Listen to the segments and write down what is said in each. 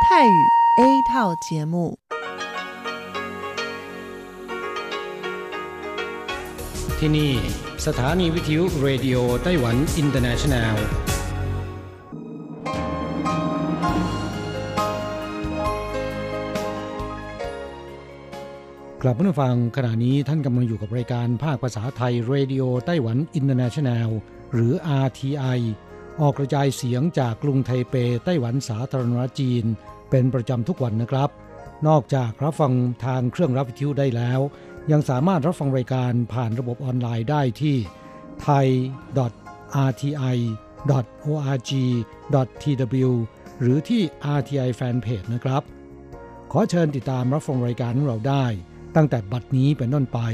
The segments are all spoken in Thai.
泰语 A 套节目。 ที่นี่สถานีวิทยุเรดิโอไต้หวันอินเตอร์เนชั่นแนลกลับมาฟังขณะนี้ท่านกำลังอยู่กับรายการภาคภาษาไทยเรดิโอไต้หวันอินเตอร์เนชั่นแนลหรือ RTI ออกกระจายเสียงจากกรุงไทเปไต้หวันสาธารณรัฐจีนเป็นประจำทุกวันนะครับนอกจากรับฟังทางเครื่องรับวิทยุได้แล้วยังสามารถรับฟังรายการผ่านระบบออนไลน์ได้ที่ thai.rti.org.tw หรือที่ RTI Fanpage นะครับขอเชิญติดตามรับฟังรายการของเราได้ตั้งแต่บัดนี้เป็นต้นไป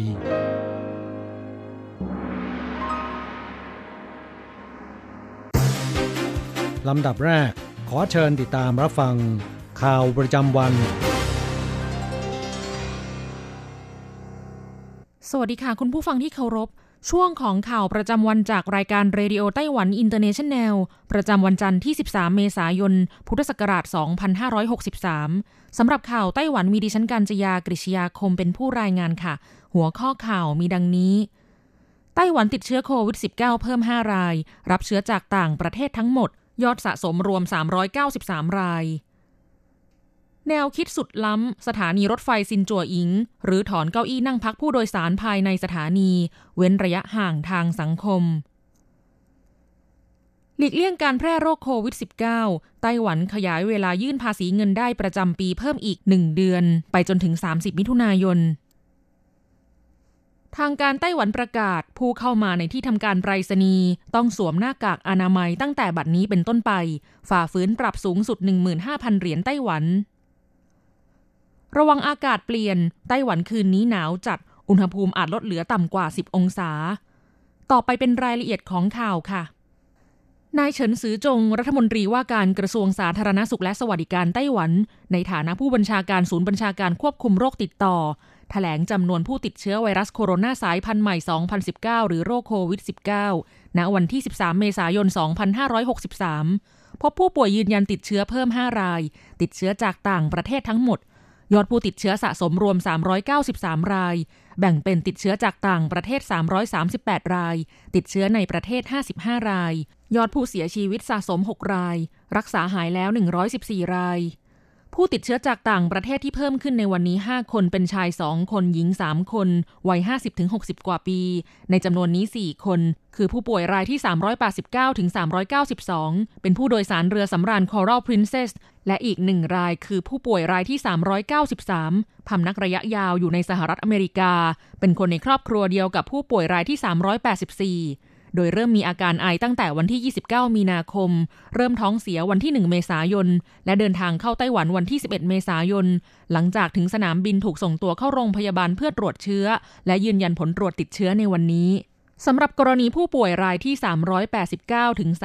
ลำดับแรกขอเชิญติดตามรับฟังข่าวประจำวันสวัสดีค่ะคุณผู้ฟังที่เคารพช่วงของข่าวประจำวันจากรายการเรดิโอไต้หวันอินเตอร์เนชั่นแนลประจำวันจันทร์ที่13เมษายนพุทธศักราช2563สำหรับข่าวไต้หวันมีดิฉันกัญจยากฤษยาคมเป็นผู้รายงานค่ะหัวข้อข่าวมีดังนี้ไต้หวันติดเชื้อโควิด -19 เพิ่ม5รายรับเชื้อจากต่างประเทศทั้งหมดยอดสะสมรวม393รายแนวคิดสุดล้ำสถานีรถไฟซินจั่วอิงหรือถอนเก้าอี้นั่งพักผู้โดยสารภายในสถานีเว้นระยะห่างทางสังคมหลีกเลี่ยงการแพร่โรคโควิด -19 ไต้หวันขยายเวลายื่นภาษีเงินได้ประจำปีเพิ่มอีก1เดือนไปจนถึง30มิถุนายนทางการไต้หวันประกาศผู้เข้ามาในที่ทำการไปรษณีย์ต้องสวมหน้ากากอนามัยตั้งแต่บัดนี้เป็นต้นไปฝ่าฝืนปรับสูงสุด 15,000 เหรียญไต้หวันระวังอากาศเปลี่ยนไต้หวันคืนนี้หนาวจัดอุณหภูมิอาจลดเหลือต่ำกว่า10องศาต่อไปเป็นรายละเอียดของข่าวค่ะนายเฉินซือจงรัฐมนตรีว่าการกระทรวงสาธารณสุขและสวัสดิการไต้หวันในฐานะผู้บัญชาการศูนย์บัญชาการควบคุมโรคติดต่อแถลงจำนวนผู้ติดเชื้อไวรัสโคโรนาสายพันธุ์ใหม่ 2019 หรือโรคโควิด -19 ณ วันที่ 13 เมษายน 2563 พบผู้ป่วยยืนยันติดเชื้อเพิ่ม5รายติดเชื้อจากต่างประเทศทั้งหมดยอดผู้ติดเชื้อสะสมรวม393รายแบ่งเป็นติดเชื้อจากต่างประเทศ338รายติดเชื้อในประเทศ55รายยอดผู้เสียชีวิตสะสม6รายรักษาหายแล้ว114รายผู้ติดเชื้อจากต่างประเทศที่เพิ่มขึ้นในวันนี้5คนเป็นชาย2คนหญิง3คนวัย 50-60 กว่าปีในจำนวนนี้4คนคือผู้ป่วยรายที่389ถึง392เป็นผู้โดยสารเรือสำราญ Coral Princess และอีก1รายคือผู้ป่วยรายที่393พำนักระยะยาวอยู่ในสหรัฐอเมริกาเป็นคนในครอบครัวเดียวกับผู้ป่วยรายที่384โดยเริ่มมีอาการไอตั้งแต่วันที่29มีนาคมเริ่มท้องเสียวันที่1เมษายนและเดินทางเข้าไต้หวันวันที่11เมษายนหลังจากถึงสนามบินถูกส่งตัวเข้าโรงพยาบาลเพื่อตรวจเชื้อและยืนยันผลตรวจติดเชื้อในวันนี้สำหรับกรณีผู้ป่วยรายที่389ถึง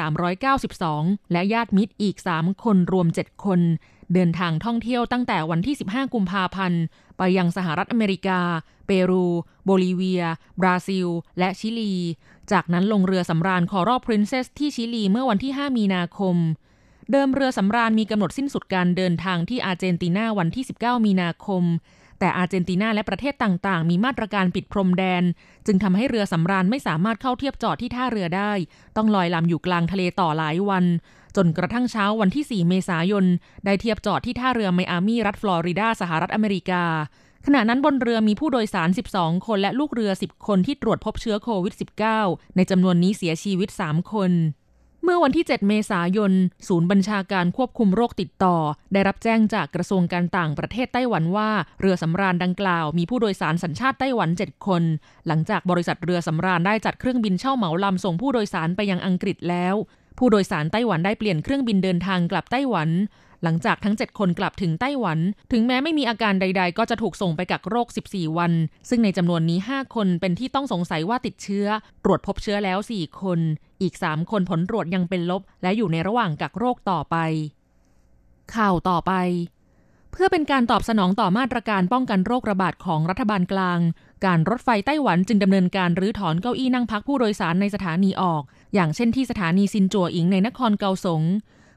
392และญาติมิตรอีก3คนรวม7คนเดินทางท่องเที่ยวตั้งแต่วันที่15กุมภาพันธ์ไปยังสหรัฐอเมริกาเปรูโบลิเวียบราซิลและชิลีจากนั้นลงเรือสำราญ Coral Princess ที่ชิลีเมื่อวันที่5มีนาคมเดิมเรือสำราญมีกำหนดสิ้นสุดการเดินทางที่อาร์เจนตินาวันที่19มีนาคมแต่อาร์เจนตินาและประเทศต่างๆมีมาตรการปิดพรมแดนจึงทำให้เรือสำราญไม่สามารถเข้าเทียบจอดที่ท่าเรือได้ต้องลอยลำอยู่กลางทะเลต่อหลายวันจนกระทั่งเช้าวันที่4เมษายนได้เทียบจอดที่ท่าเรือไมอามี่รัฐฟลอริดาสหรัฐอเมริกาขณะนั้นบนเรือมีผู้โดยสาร12คนและลูกเรือ10คนที่ตรวจพบเชื้อโควิด -19 ในจำนวนนี้เสียชีวิต3คนเมื่อวันที่7เมษายนศูนย์บัญชาการควบคุมโรคติดต่อได้รับแจ้งจากกระทรวงการต่างประเทศไต้หวันว่าเรือสำราญดังกล่าวมีผู้โดยสารสัญชาติไต้หวัน7คนหลังจากบริษัทเรือสำราญได้จัดเครื่องบินเช่าเหมาลำส่งผู้โดยสารไปยังอังกฤษแล้วผู้โดยสารไต้หวันได้เปลี่ยนเครื่องบินเดินทางกลับไต้หวันหลังจากทั้ง7คนกลับถึงไต้หวันถึงแม้ไม่มีอาการใดๆก็จะถูกส่งไปกักโรค14วันซึ่งในจำนวนนี้5คนเป็นที่ต้องสงสัยว่าติดเชื้อตรวจพบเชื้อแล้ว4คนอีก3คนผลตรวจยังเป็นลบและอยู่ในระหว่างกักโรคต่อไปข่าวต่อไปเพื่อเป็นการตอบสนองต่อมาตรการป้องกันโรคระบาดของรัฐบาลกลางการรถไฟไต้หวันจึงดำเนินการรื้อถอนเก้าอี้นั่งพักผู้โดยสารในสถานีออกอย่างเช่นที่สถานีซินจั่วอิงในนครเกาสง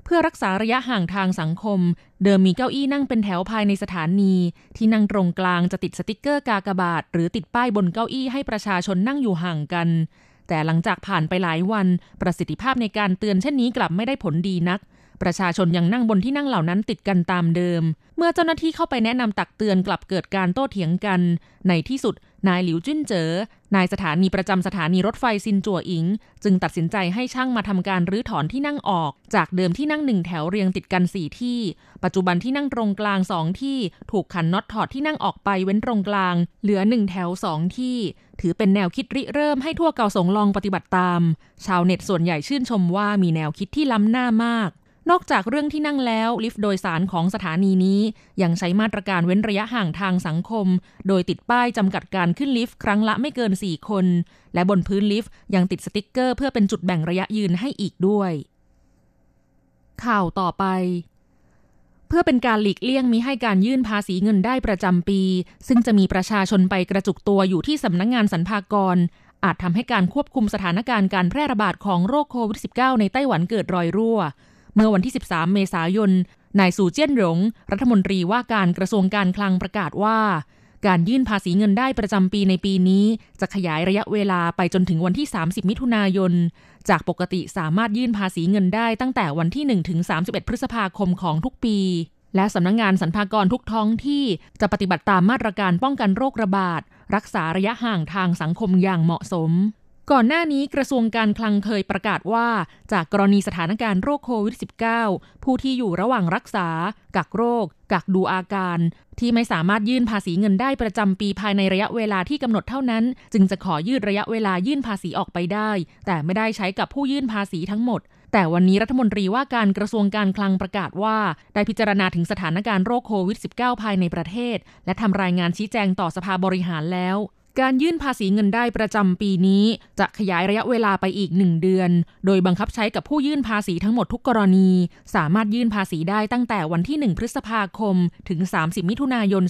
เพื่อรักษาระยะห่างทางสังคมเดิมมีเก้าอี้นั่งเป็นแถวภายในสถานีที่นั่งตรงกลางจะติดสติ๊กเกอร์กากบาทหรือติดป้ายบนเก้าอี้ให้ประชาชนนั่งอยู่ห่างกันแต่หลังจากผ่านไปหลายวันประสิทธิภาพในการเตือนเช่นนี้กลับไม่ได้ผลดีนักประชาชนยังนั่งบนที่นั่งเหล่านั้นติดกันตามเดิมเมื่อเจ้าหน้าที่เข้าไปแนะนำตักเตือนกลับเกิดการโต้เถียงกันในที่สุดนายหลิวจิ้นเจ๋อนายสถานีประจำสถานีรถไฟซินจั่วอิงจึงตัดสินใจให้ช่างมาทำการรื้อถอนที่นั่งออกจากเดิมที่นั่ง1แถวเรียงติดกัน4ที่ปัจจุบันที่นั่งตรงกลาง2ที่ถูกขันน็อตถอดที่นั่งออกไปเว้นตรงกลางเหลือ1แถว2ที่ถือเป็นแนวคิดริเริ่มให้ทั่วเกาสงลองปฏิบัติตามชาวเน็ตส่วนใหญ่ชื่นชมว่ามีแนวคิดที่ล้ำหน้ามากนอกจากเรื่องที่นั่งแล้วลิฟต์โดยสารของสถานีนี้ยังใช้มาตรการเว้นระยะห่างทางสังคมโดยติดป้ายจำกัดการขึ้นลิฟต์ครั้งละไม่เกิน4คนและบนพื้นลิฟต์ยังติดสติ๊กเกอร์เพื่อเป็นจุดแบ่งระยะยืนให้อีกด้วยข่าวต่อไปเพื่อเป็นการหลีกเลี่ยงมิให้การยื่นภาษีเงินได้ประจำปีซึ่งจะมีประชาชนไปกระจุกตัวอยู่ที่สำนักงานสรรพากรอาจทำให้การควบคุมสถานการณ์การแพร่ระบาดของโรคโควิด -19 ในไต้หวันเกิดรอยรั่วเมื่อวันที่13เมษายนนายซูเจี้ยนหลงรัฐมนตรีว่าการกระทรวงการคลังประกาศว่าการยื่นภาษีเงินได้ประจำปีในปีนี้จะขยายระยะเวลาไปจนถึงวันที่30มิถุนายนจากปกติสามารถยื่นภาษีเงินได้ตั้งแต่วันที่1ถึง31พฤษภาคมของทุกปีและสำนักงานสรรพากรทุกท้องที่จะปฏิบัติตามมาตรการป้องกันโรคระบาดรักษาระยะห่างทางสังคมอย่างเหมาะสมก่อนหน้านี้กระทรวงการคลังเคยประกาศว่าจากกรณีสถานการณ์โรคโควิด -19 ผู้ที่อยู่ระหว่างรักษากักโรคกักดูอาการที่ไม่สามารถยื่นภาษีเงินได้ประจำปีภายในระยะเวลาที่กำหนดเท่านั้นจึงจะขอยืดระยะเวลายื่นภาษีออกไปได้แต่ไม่ได้ใช้กับผู้ยื่นภาษีทั้งหมดแต่วันนี้รัฐมนตรีว่าการกระทรวงการคลังประกาศว่าได้พิจารณาถึงสถานการณ์โรคโควิด -19 ภายในประเทศและทำรายงานชี้แจงต่อสภาบริหารแล้วการยื่นภาษีเงินได้ประจำปีนี้จะขยายระยะเวลาไปอีก1เดือนโดยบังคับใช้กับผู้ยื่นภาษีทั้งหมดทุกกรณีสามารถยื่นภาษีได้ตั้งแต่วันที่1พฤษภาคมถึง30มิถุนายน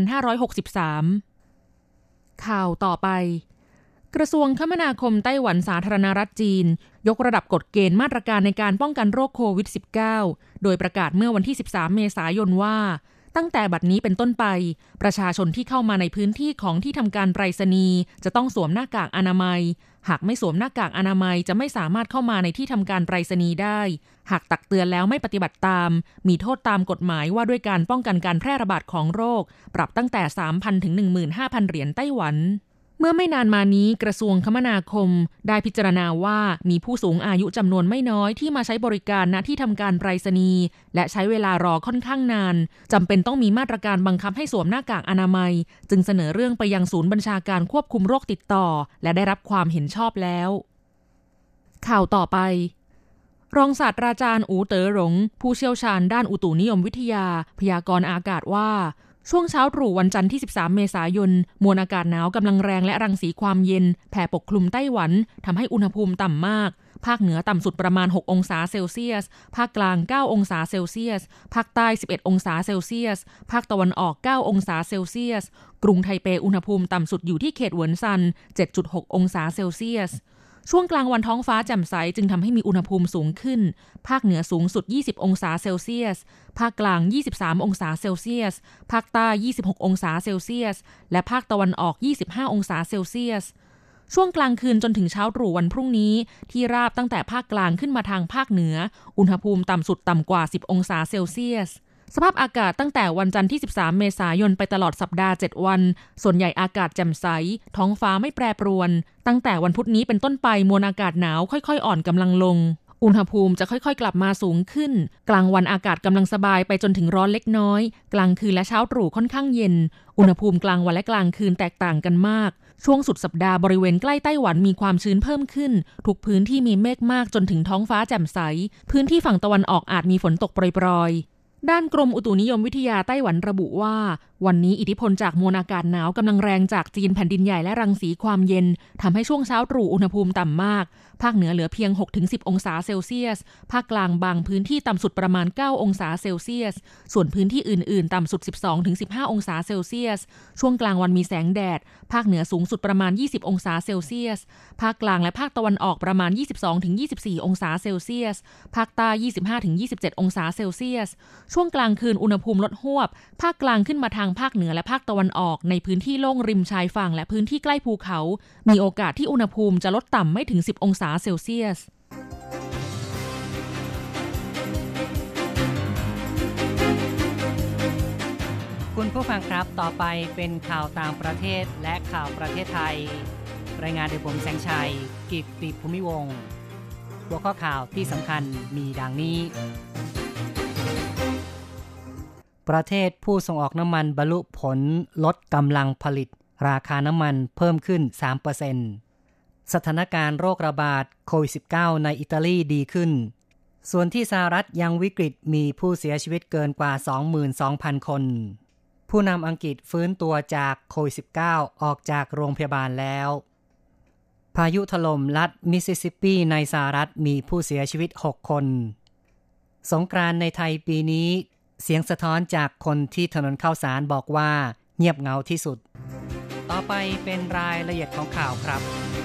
2563ข่าวต่อไปกระทรวงคมนาคมไต้หวันสาธารณรัฐจีนยกระดับกฎเกณฑ์มาตรการในการป้องกันโรคโควิด -19 โดยประกาศเมื่อวันที่13เมษายนว่าตั้งแต่บัดนี้เป็นต้นไปประชาชนที่เข้ามาในพื้นที่ของที่ทำการไปรษณีย์จะต้องสวมหน้ากากอนามัยหากไม่สวมหน้ากากอนามัยจะไม่สามารถเข้ามาในที่ทำการไปรษณีย์ได้หากตักเตือนแล้วไม่ปฏิบัติตามมีโทษตามกฎหมายว่าด้วยการป้องกันการแพร่ระบาดของโรคปรับตั้งแต่ 3,000 ถึง 15,000 เหรียญไต้หวันเมื่อไม่นานมานี้กระทรวงคมนาคมได้พิจารณาว่ามีผู้สูงอายุจำนวนไม่น้อยที่มาใช้บริการณที่ทำการไปรษณีย์และใช้เวลารอค่อนข้างนานจำเป็นต้องมีมาตรการบังคับให้สวมหน้ากากอนามัยจึงเสนอเรื่องไปยังศูนย์บัญชาการควบคุมโรคติดต่อและได้รับความเห็นชอบแล้วข่าวต่อไปรองศาสตราจารย์อูเต๋อหลงผู้เชี่ยวชาญด้านอุตุนิยมวิทยาพยากรณ์อากาศว่าช่วงเช้าตรู่วันจันทร์ที่13เมษายนมวลอากาศหนาวกำลังแรงและรังสีความเย็นแผ่ปกคลุมไต้หวันทำให้อุณหภูมิต่ำมากภาคเหนือต่ำสุดประมาณ6องศาเซลเซียสภาคกลาง9องศาเซลเซียสภาคใต้11องศาเซลเซียสภาคตะวันออก9องศาเซลเซียสกรุงไทเปอุณหภูมิต่ำสุดอยู่ที่เขตเหวินซัน 7.6 องศาเซลเซียสช่วงกลางวันท้องฟ้าแจ่มใสจึงทำให้มีอุณหภูมิสูงขึ้นภาคเหนือสูงสุด20องศาเซลเซียสภาคกลาง23องศาเซลเซียสภาคใต้26องศาเซลเซียสและภาคตะวันออก25องศาเซลเซียสช่วงกลางคืนจนถึงเช้าตรู่วันพรุ่งนี้ที่ราบตั้งแต่ภาคกลางขึ้นมาทางภาคเหนืออุณหภูมิต่ำสุดต่ำกว่า10องศาเซลเซียสสภาพอากาศตั้งแต่วันจันทร์ที่13เมษายนไปตลอดสัปดาห์7วันส่วนใหญ่อากาศแจ่มใสท้องฟ้าไม่แปรปรวนตั้งแต่วันพุธนี้เป็นต้นไปมวลอากาศหนาวค่อยๆอ่อนกำลังลงอุณหภูมิจะค่อยๆกลับมาสูงขึ้นกลางวันอากาศกำลังสบายไปจนถึงร้อนเล็กน้อยกลางคืนและเช้าตรู่ค่อนข้างเย็นอุณหภูมิกลางวันและกลางคืนแตกต่างกันมากช่วงสุดสัปดาห์บริเวณใกล้ไต้หวันมีความชื้นเพิ่มขึ้นทุกพื้นที่มีเมฆมากจนถึงท้องฟ้าแจ่มใสพื้นที่ฝั่งตะวันออกอาจมีฝนตกโปรยๆด้านกรมอุตุนิยมวิทยาไต้หวันระบุว่าวันนี้อิทธิพลจากมวลอากาศหนาวกำลังแรงจากจีนแผ่นดินใหญ่และรังสีความเย็นทำให้ช่วงเช้าตรู่อุณหภูมิต่ำมากภาคเหนือเหลือเพียง 6-10 องศาเซลเซียสภาคกลางบางพื้นที่ต่ำสุดประมาณ 9 องศาเซลเซียสส่วนพื้นที่อื่นๆต่ำสุด 12-15 องศาเซลเซียสช่วงกลางวันมีแสงแดดภาคเหนือสูงสุดประมาณ 20 องศาเซลเซียสภาคกลางและภาคตะวันออกประมาณ 22-24 องศาเซลเซียสภาคใต้ 25-27 องศาเซลเซียสช่วงกลางคืนอุณหภูมิลดฮวบภาคกลางขึ้นมาทางภาคเหนือและภาคตะวันออกในพื้นที่โล่งริมชายฝั่งและพื้นที่ใกล้ภูเขามีโอกาสที่อุณหภูมิจะลดต่ำไม่ถึง 10 องศาเซลเซียสคุณผู้ฟังครับต่อไปเป็นข่าวต่างประเทศและข่าวประเทศไทยรายงานโดยผมแสงชัยกิตติภูมิวงศ์หัวข้อข่าวที่สำคัญมีดังนี้ประเทศผู้ส่งออกน้ำมันบรรลุผลลดกำลังผลิตราคาน้ำมันเพิ่มขึ้น 3% สถานการณ์โรคระบาดโควิด -19 ในอิตาลีดีขึ้นส่วนที่สหรัฐยังวิกฤตมีผู้เสียชีวิตเกินกว่า 22,000 คนผู้นำอังกฤษฟื้นตัวจากโควิด -19 ออกจากโรงพยาบาลแล้วพายุถล่มรัฐมิสซิสซิปปีในสหรัฐมีผู้เสียชีวิต 6 คนสงกรานต์ในไทยปีนี้เสียงสะท้อนจากคนที่ถนนข้าวสารบอกว่าเงียบเหงาที่สุดต่อไปเป็นรายละเอียดของข่าวครับ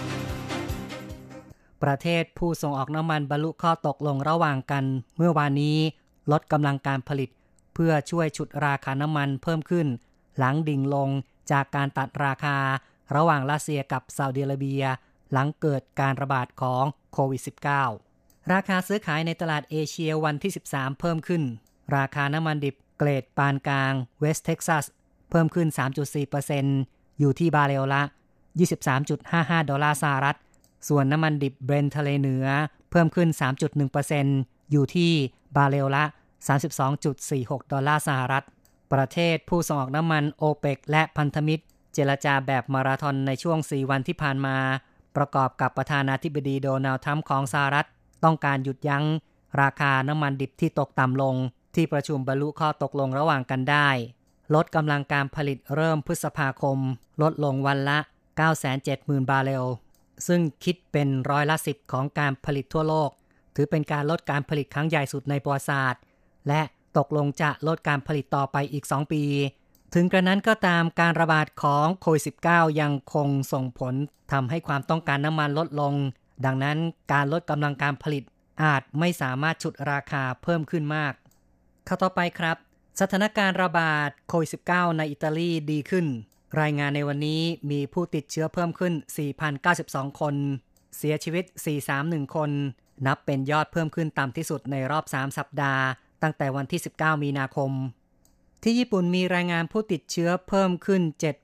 ประเทศผู้ส่งออกน้ำมันบรรลุข้อตกลงระหว่างกันเมื่อวานนี้ลดกำลังการผลิตเพื่อช่วยฉุดราคาน้ำมันเพิ่มขึ้นหลังดิ่งลงจากการตัดราคาระหว่างรัสเซียกับซาอุดิอาระเบียหลังเกิดการระบาดของโควิด -19 ราคาซื้อขายในตลาดเอเชียวันที่13เพิ่มขึ้นราคาน้ำมันดิบเกรดปานกลางเวสต์เท็กซัสเพิ่มขึ้น 3.4% อยู่ที่บาร์เรลละ 23.55 ดอลลาร์สหรัฐส่วนน้ำมันดิบเบรนท์ทะเลเหนือเพิ่มขึ้น 3.1% อยู่ที่บาร์เรลละ 32.46 ดอลลาร์สหรัฐประเทศผู้ส่งออกน้ำมันโอเปกและพันธมิตรเจรจาแบบมาราธอนในช่วง4วันที่ผ่านมาประกอบกับประธานาธิบดีโดนัลด์ทรัมป์ของสหรัฐต้องการหยุดยั้งราคาน้ำมันดิบที่ตกต่ำลงที่ประชุมบรรลุข้อตกลงระหว่างกันได้ลดกำลังการผลิตเริ่มพฤษภาคมลดลงวันละ 970,000 บาร์เรลซึ่งคิดเป็น10%ของการผลิตทั่วโลกถือเป็นการลดการผลิตครั้งใหญ่สุดในประวัติศาสตร์และตกลงจะลดการผลิตต่อไปอีก2ปีถึงกระนั้นก็ตามการระบาดของโควิด -19 ยังคงส่งผลทำให้ความต้องการน้ำมันลดลงดังนั้นการลดกำลังการผลิตอาจไม่สามารถฉุดราคาเพิ่มขึ้นมากข่าวต่อไปครับสถานการณ์ระบาดโควิด -19 ในอิตาลีดีขึ้นรายงานในวันนี้มีผู้ติดเชื้อเพิ่มขึ้น 4,092 คนเสียชีวิต431คนนับเป็นยอดเพิ่มขึ้นต่ำที่สุดในรอบ3สัปดาห์ตั้งแต่วันที่19มีนาคมที่ญี่ปุ่นมีรายงานผู้ติดเชื้อเพิ่มขึ้น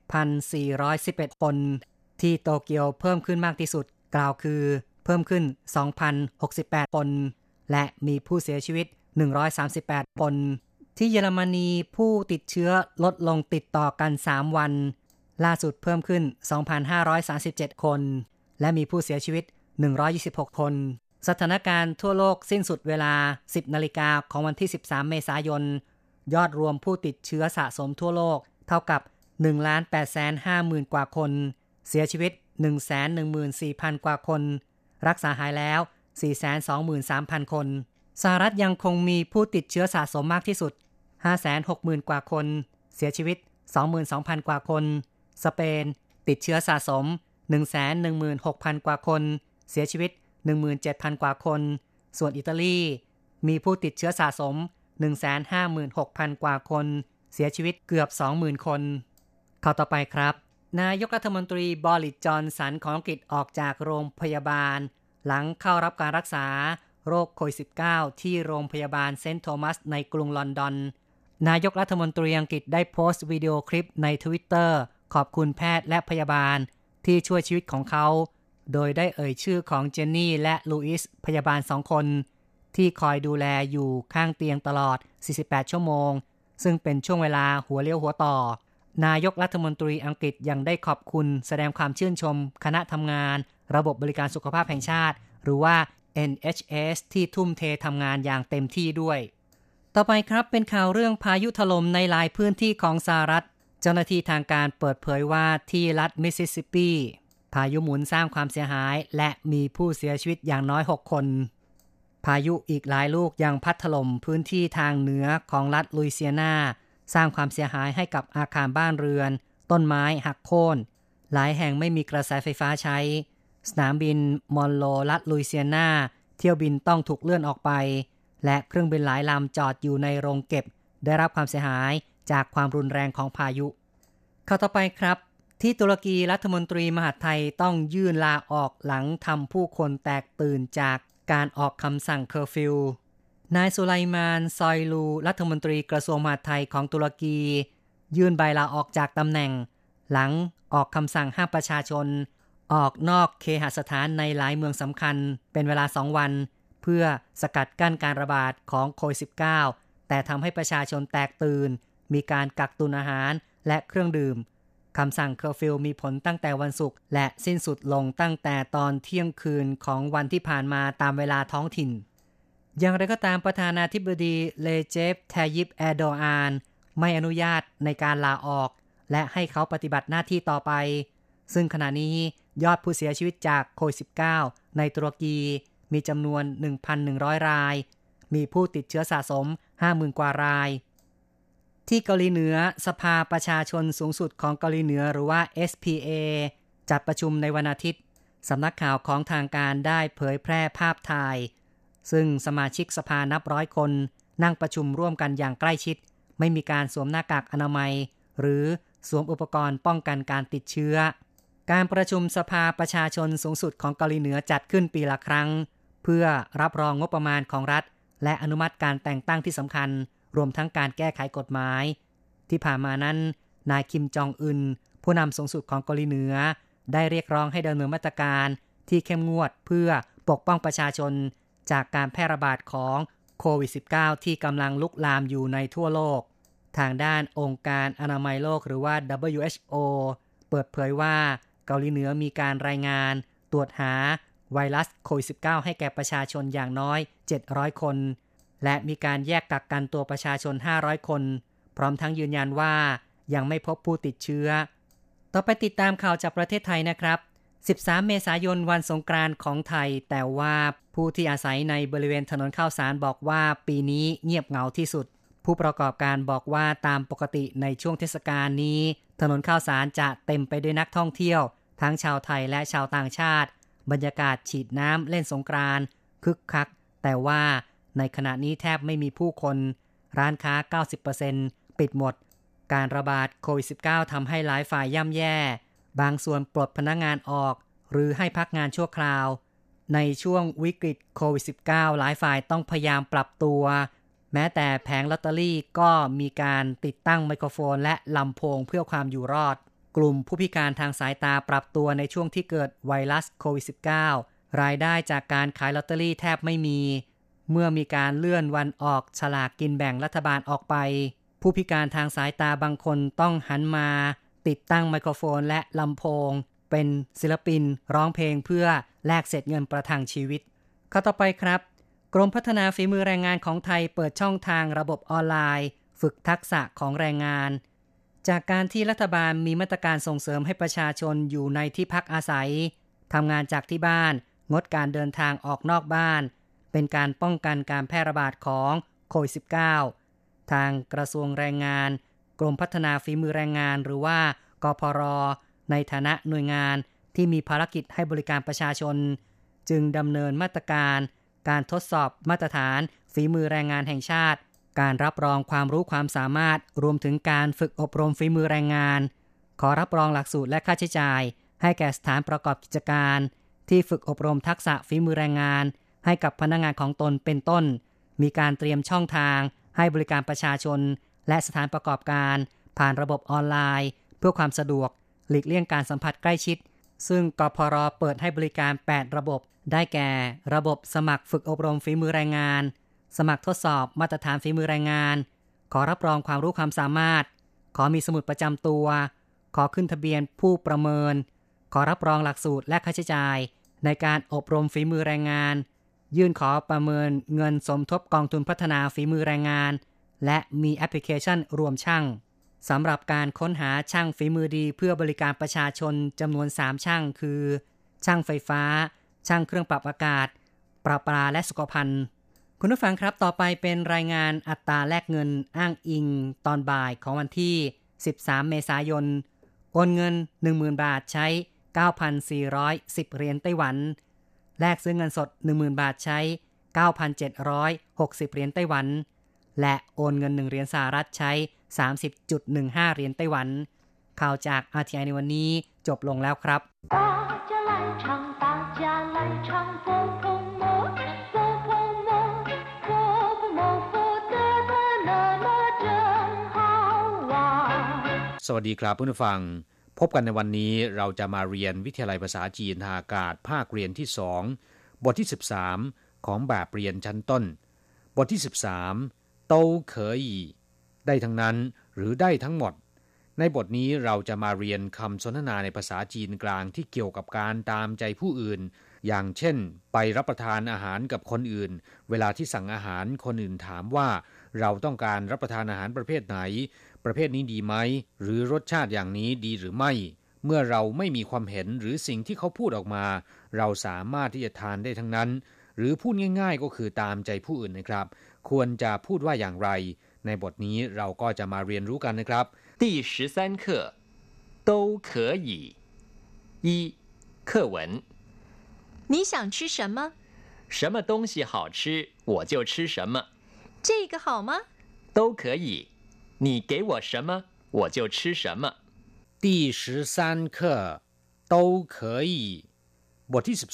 7,411 คนที่โตเกียวเพิ่มขึ้นมากที่สุดกล่าวคือเพิ่มขึ้น 2,068 คนและมีผู้เสียชีวิต138 คนที่เยอรมนีผู้ติดเชื้อลดลงติดต่อกัน3วันล่าสุดเพิ่มขึ้น 2,537 คนและมีผู้เสียชีวิต126 คนสถานการณ์ทั่วโลกสิ้นสุดเวลา 10 นาฬิกาของวันที่13เมษายนยอดรวมผู้ติดเชื้อสะสมทั่วโลกเท่ากับ 1,850,000 กว่าคนเสียชีวิต 114,000 กว่าคนรักษาหายแล้ว 423,000 คนสหรัฐยังคงมีผู้ติดเชื้อสะสมมากที่สุด 560,000 กว่าคนเสียชีวิต 22,000 กว่าคนสเปนติดเชื้อสะสม 116,000 กว่าคนเสียชีวิต 17,000 กว่าคนส่วนอิตาลีมีผู้ติดเชื้อสะสม 156,000 กว่าคนเสียชีวิตเกือบ 20,000 คนข่าวต่อไปครับนายกรัฐมนตรีบอริส จอนสันของอังกฤษออกจากโรงพยาบาลหลังเข้ารับการรักษาโรคโควิด -19 ที่โรงพยาบาลเซนต์โทมัสในกรุงลอนดอนนายกรัฐมนตรีอังกฤษได้โพสต์วิดีโอคลิปใน Twitter ขอบคุณแพทย์และพยาบาลที่ช่วยชีวิตของเขาโดยได้เอ่ยชื่อของเจนนี่และลูอิสพยาบาล2คนที่คอยดูแลอยู่ข้างเตียงตลอด48ชั่วโมงซึ่งเป็นช่วงเวลาหัวเลี้ยวหัวต่อนายกรัฐมนตรีอังกฤษยังได้ขอบคุณแสดงความชื่นชมคณะทำงานระบบบริการสุขภาพแห่งชาติหรือว่า NHS ที่ทุ่มเททำงานอย่างเต็มที่ด้วยต่อไปครับเป็นข่าวเรื่องพายุถล่มในหลายพื้นที่ของสหรัฐเจ้าหน้าที่ทางการเปิดเผยว่าที่รัฐมิสซิสซิปปีพายุหมุนสร้างความเสียหายและมีผู้เสียชีวิตอย่างน้อย6คนพายุอีกหลายลูกยังพัดถล่มพื้นที่ทางเหนือของรัฐลุยเซียนาสร้างความเสียหายให้กับอาคารบ้านเรือนต้นไม้หักโค่นหลายแห่งไม่มีกระแสไฟฟ้าใช้สนามบินมอนโลรัฐลุยเซียนาเที่ยวบินต้องถูกเลื่อนออกไปและเครื่องบินหลายลำจอดอยู่ในโรงเก็บได้รับความเสียหายจากความรุนแรงของพายุข่าวต่อไปครับที่ตุรกีรัฐมนตรีมหาดไทยต้องยื่นลาออกหลังทำผู้คนแตกตื่นจากการออกคำสั่งเคอร์ฟิวนายสุไลมานซอยลูรัฐมนตรีกระทรวงมหาดไทยของตุรกียื่นใบลาออกจากตำแหน่งหลังออกคำสั่งห้ามประชาชนออกนอกเคหสถานในหลายเมืองสำคัญเป็นเวลา2วันเพื่อสกัดกั้นการระบาดของโควิด -19 แต่ทำให้ประชาชนแตกตื่นมีการกักตุนอาหารและเครื่องดื่มคำสั่งเคอร์ฟิวมีผลตั้งแต่วันศุกร์และสิ้นสุดลงตั้งแต่ตอนเที่ยงคืนของวันที่ผ่านมาตามเวลาท้องถิ่นอย่างไรก็ตามประธานาธิบดีเลเจฟ แทยิป แอร์โดอานไม่อนุญาตในการลาออกและให้เขาปฏิบัติหน้าที่ต่อไปซึ่งขณะนี้ยอดผู้เสียชีวิตจากโควิด -19 ในตุรกีมีจำนวน 1,100 รายมีผู้ติดเชื้อสะสม 50,000 กว่ารายที่เกาหลีเหนือสภาประชาชนสูงสุดของเกาหลีเหนือหรือว่า SPA จัดประชุมในวันอาทิตย์สำนักข่าวของทางการได้เผยแพร่ภาพถ่ายซึ่งสมาชิกสภานับร้อยคนนั่งประชุมร่วมกันอย่างใกล้ชิดไม่มีการสวมหน้ากากอนามัยหรือสวมอุปกรณ์ป้องกันการติดเชื้อการประชุมสภาประชาชนสูงสุดของเกาหลีเหนือจัดขึ้นปีละครั้งเพื่อรับรองงบประมาณของรัฐและอนุมัติการแต่งตั้งที่สำคัญรวมทั้งการแก้ไขกฎหมายที่ผ่านมานั้นนายคิมจองอึนผู้นำสูงสุดของเกาหลีเหนือได้เรียกร้องให้ดำเนินมาตรการที่เข้มงวดเพื่อปกป้องประชาชนจากการแพร่ระบาดของโควิด -19 ที่กำลังลุกลามอยู่ในทั่วโลกทางด้านองค์การอนามัยโลกหรือว่า WHO เปิดเผยว่าเกาหลีเหนือมีการรายงานตรวจหาไวรัสโควิด -19 ให้แก่ประชาชนอย่างน้อย700คนและมีการแยกกักกันตัวประชาชน500คนพร้อมทั้งยืนยันว่ายังไม่พบผู้ติดเชื้อต่อไปติดตามข่าวจากประเทศไทยนะครับ13 เมษายนวันสงกรานต์ของไทยแต่ว่าผู้ที่อาศัยในบริเวณถนนข้าวสารบอกว่าปีนี้เงียบเหงาที่สุดผู้ประกอบการบอกว่าตามปกติในช่วงเทศกาลนี้ถนนข้าวสารจะเต็มไปด้วยนักท่องเที่ยวทั้งชาวไทยและชาวต่างชาติบรรยากาศฉีดน้ำเล่นสงกรานต์คึกคักแต่ว่าในขณะนี้แทบไม่มีผู้คนร้านค้า 90% ปิดหมดการระบาดโควิด -19 ทำให้หลายฝ่ายย่ำแย่บางส่วนปลดพนักงานออกหรือให้พักงานชั่วคราวในช่วงวิกฤตโควิด -19 หลายฝ่ายต้องพยายามปรับตัวแม้แต่แผงลอตเตอรี่ก็มีการติดตั้งไมโครโฟนและลำโพงเพื่อความอยู่รอดกลุ่มผู้พิการทางสายตาปรับตัวในช่วงที่เกิดไวรัสโควิด -19 รายได้จากการขายลอตเตอรี่แทบไม่มีเมื่อมีการเลื่อนวันออกฉลากกินแบ่งรัฐบาลออกไปผู้พิการทางสายตาบางคนต้องหันมาติดตั้งไมโครโฟนและลำโพงเป็นศิลปินร้องเพลงเพื่อแลกเศษเงินประทังชีวิตข้อต่อไปครับกรมพัฒนาฝีมือแรงงานของไทยเปิดช่องทางระบบออนไลน์ฝึกทักษะของแรงงานจากการที่รัฐบาลมีมาตรการส่งเสริมให้ประชาชนอยู่ในที่พักอาศัยทำงานจากที่บ้านงดการเดินทางออกนอกบ้านเป็นการป้องกันการแพร่ระบาดของโควิด -19 ทางกระทรวงแรงงานกรมพัฒนาฝีมือแรงงานหรือว่ากพร.ในฐานะหน่วยงานที่มีภารกิจให้บริการประชาชนจึงดำเนินมาตรการทดสอบมาตรฐานฝีมือแรงงานแห่งชาติการรับรองความรู้ความสามารถรวมถึงการฝึกอบรมฝีมือแรงงานขอรับรองหลักสูตรและค่าใช้จ่ายให้แก่สถานประกอบกิจการที่ฝึกอบรมทักษะฝีมือแรงงานให้กับพนักงานของตนเป็นต้นมีการเตรียมช่องทางให้บริการประชาชนและสถานประกอบการผ่านระบบออนไลน์เพื่อความสะดวกหลีกเลี่ยงการสัมผัสใกล้ชิดซึ่งกพร.เปิดให้บริการ8ระบบได้แก่ระบบสมัครฝึกอบรมฝีมือแรงงานสมัครทดสอบมาตรฐานฝีมือแรงงานขอรับรองความรู้ความสามารถขอมีสมุดประจำตัวขอขึ้นทะเบียนผู้ประเมินขอรับรองหลักสูตรและค่าใช้จ่ายในการอบรมฝีมือแรงงานยื่นขอประเมินเงินสมทบกองทุนพัฒนาฝีมือแรงงานและมีแอปพลิเคชันรวมช่างสำหรับการค้นหาช่างฝีมือดีเพื่อบริการประชาชนจำนวน3ช่างคือช่างไฟฟ้าช่างเครื่องปรับอากาศประปาและสุขภัณฑ์คุณผู้ฟังครับต่อไปเป็นรายงานอัตราแลกเงินอ้างอิงตอนบ่ายของวันที่13เมษายนโอนเงิน 10,000 บาทใช้ 9,410 เหรียญไต้หวันแลกซื้อเงินสด 10,000 บาทใช้ 9,760 เหรียญไต้หวันและโอนเงิน1เหรียญสหรัฐใช้ 30.15 เหรียญไต้หวันข่าวจาก RTI ในวันนี้จบลงแล้วครับสวัสดีครับผู้ฟังพบกันในวันนี้เราจะมาเรียนวิทยาลัยภาษาจีนทางอากาศภาคเรียนที่2บทที่13ของแบบเรียนชั้นต้นบทที่13都可以ได้ทั้งนั้นหรือได้ทั้งหมดในบทนี้เราจะมาเรียนคำสนทนาในภาษาจีนกลางที่เกี่ยวกับการตามใจผู้อื่นอย่างเช่นไปรับประทานอาหารกับคนอื่นเวลาที่สั่งอาหารคนอื่นถามว่าเราต้องการรับประทานอาหารประเภทไหนประเภทนี้ดีไหมหรือรสชาติอย่างนี้ดีหรือไม่เมื่อเราไม่มีความเห็นหรือสิ่งที่เขาพูดออกมาเราสามารถที่จะทานได้ทั้งนั้นหรือพูดง่ายๆก็คือตามใจผู้อื่นนะครับควรจะพูดว่าอย่างไรในบทนี้เราก็จะมาเรียนรู้กันนะครับ第13课都可以一课文你想吃什么？ 什么东西好吃我就吃什么这个好吗？ 都可以你给我什么我就吃什么第13课都可以บทที่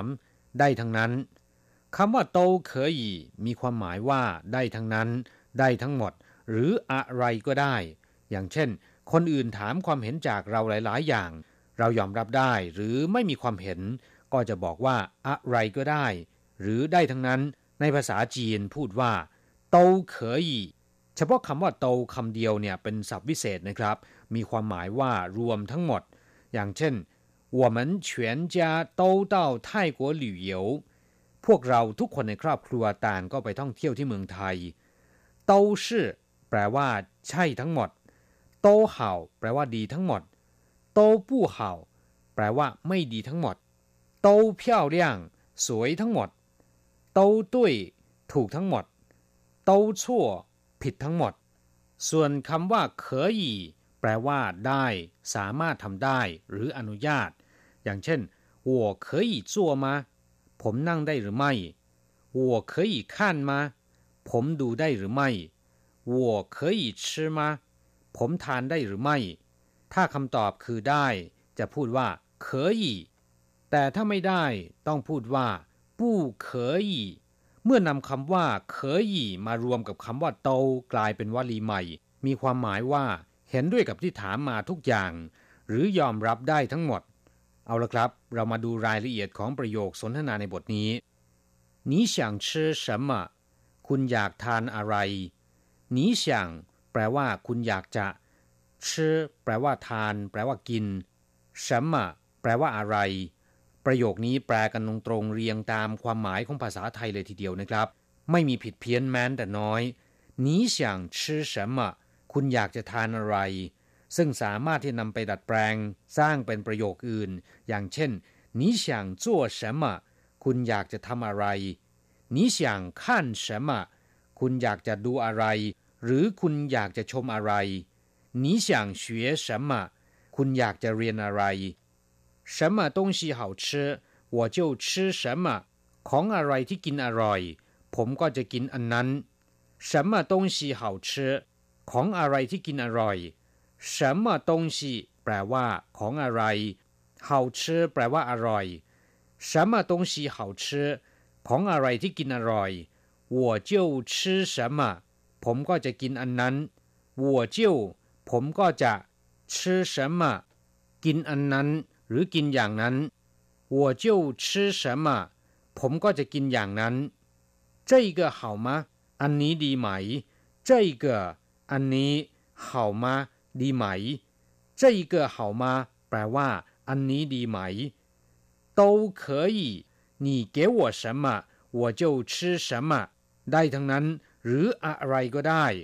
13ได้ทั้งนั้นคำว่า都可以มีความหมายว่าได้ทั้งนั้นได้ทั้งหมดหรืออะไรก็ได้อย่างเช่นคนอื่นถามความเห็นจากเราหลายๆอย่างเรายอมรับได้หรือไม่มีความเห็นก็จะบอกว่าอะไรก็ได้หรือได้ทั้งนั้นในภาษาจีนพูดว่า都可以เฉพาะคำว่าโตคำเดียวเนี่ยเป็นศัพท์วิเศษนะครับมีความหมายว่ารวมทั้งหมดอย่างเช่น我们全家都到泰国旅游พวกเราทุกคนในครอบครัวต่างก็ไปท่องเที่ยวที่เมืองไทย都是แปลว่าใช่ทั้งหมด都好แปลว่าดีทั้งหมด都不好แปลว่าไม่ดีทั้งหมด都漂亮สวยทั้งหมด都对ถูกทั้งหมด都错ผิดทั้งหมดส่วนคำว่า可以แปลว่าได้สามารถทำได้หรืออนุญาตอย่างเช่น我可以坐吗ผมนั่งได้หรือไม่我可以看吗ผมดูได้หรือไม่我可以吃吗ผมทานได้หรือไม่ถ้าคำตอบคือได้จะพูดว่า可以แต่ถ้าไม่ได้ต้องพูดว่า不可以เมื่อนำคำว่าเคยมารวมกับคำว่าโตกลายเป็นวลีใหม่มีความหมายว่าเห็นด้วยกับที่ถามมาทุกอย่างหรือยอมรับได้ทั้งหมดเอาละครับเรามาดูรายละเอียดของประโยคสนทนาในบทนี้你想吃什么คุณอยากทานอะไร你想แปลว่าคุณอยากจะ吃แปลว่าทานแปลว่ากิน什么แปลว่าอะไรประโยคนี้แปลกันตรงๆเรียงตามความหมายของภาษาไทยเลยทีเดียวนะครับไม่มีผิดเพี้ยนแม้แต่น้อย你想吃什么คุณอยากจะทานอะไรซึ่งสามารถที่นำไปดัดแปลงสร้างเป็นประโยคอื่นอย่างเช่น你想做什么คุณอยากจะทำอะไร你想看什么คุณอยากจะดูอะไรหรือคุณอยากจะชมอะไร你想学什么คุณอยากจะเรียนอะไร什么东西好吃我就吃什么ของอะไรที่กินอร่อยผมก็จะกินอันนั้น什么东西好吃ของอะไรที่กินอร่อย什么东西แปลว่าของอะไร好吃แปลว่าอร่อย什么东西好吃ของอะไรที่กินอร่อย我就吃什么ผมก็จะกินอันนั้น我就ผมก็จะ吃什么กินอันนั้นหรือกินอย่างนั้น我就吃什么ผมก็จะกินอย่างนั้น这个好吗อันนี้ดีไหม这个อันนี้好吗ดีไหม这个好吗แปลว่าอันนี้ดีไหม都可以你给我什么我就吃什么ได้ทั้งนั้นหรืออะไรก็ได้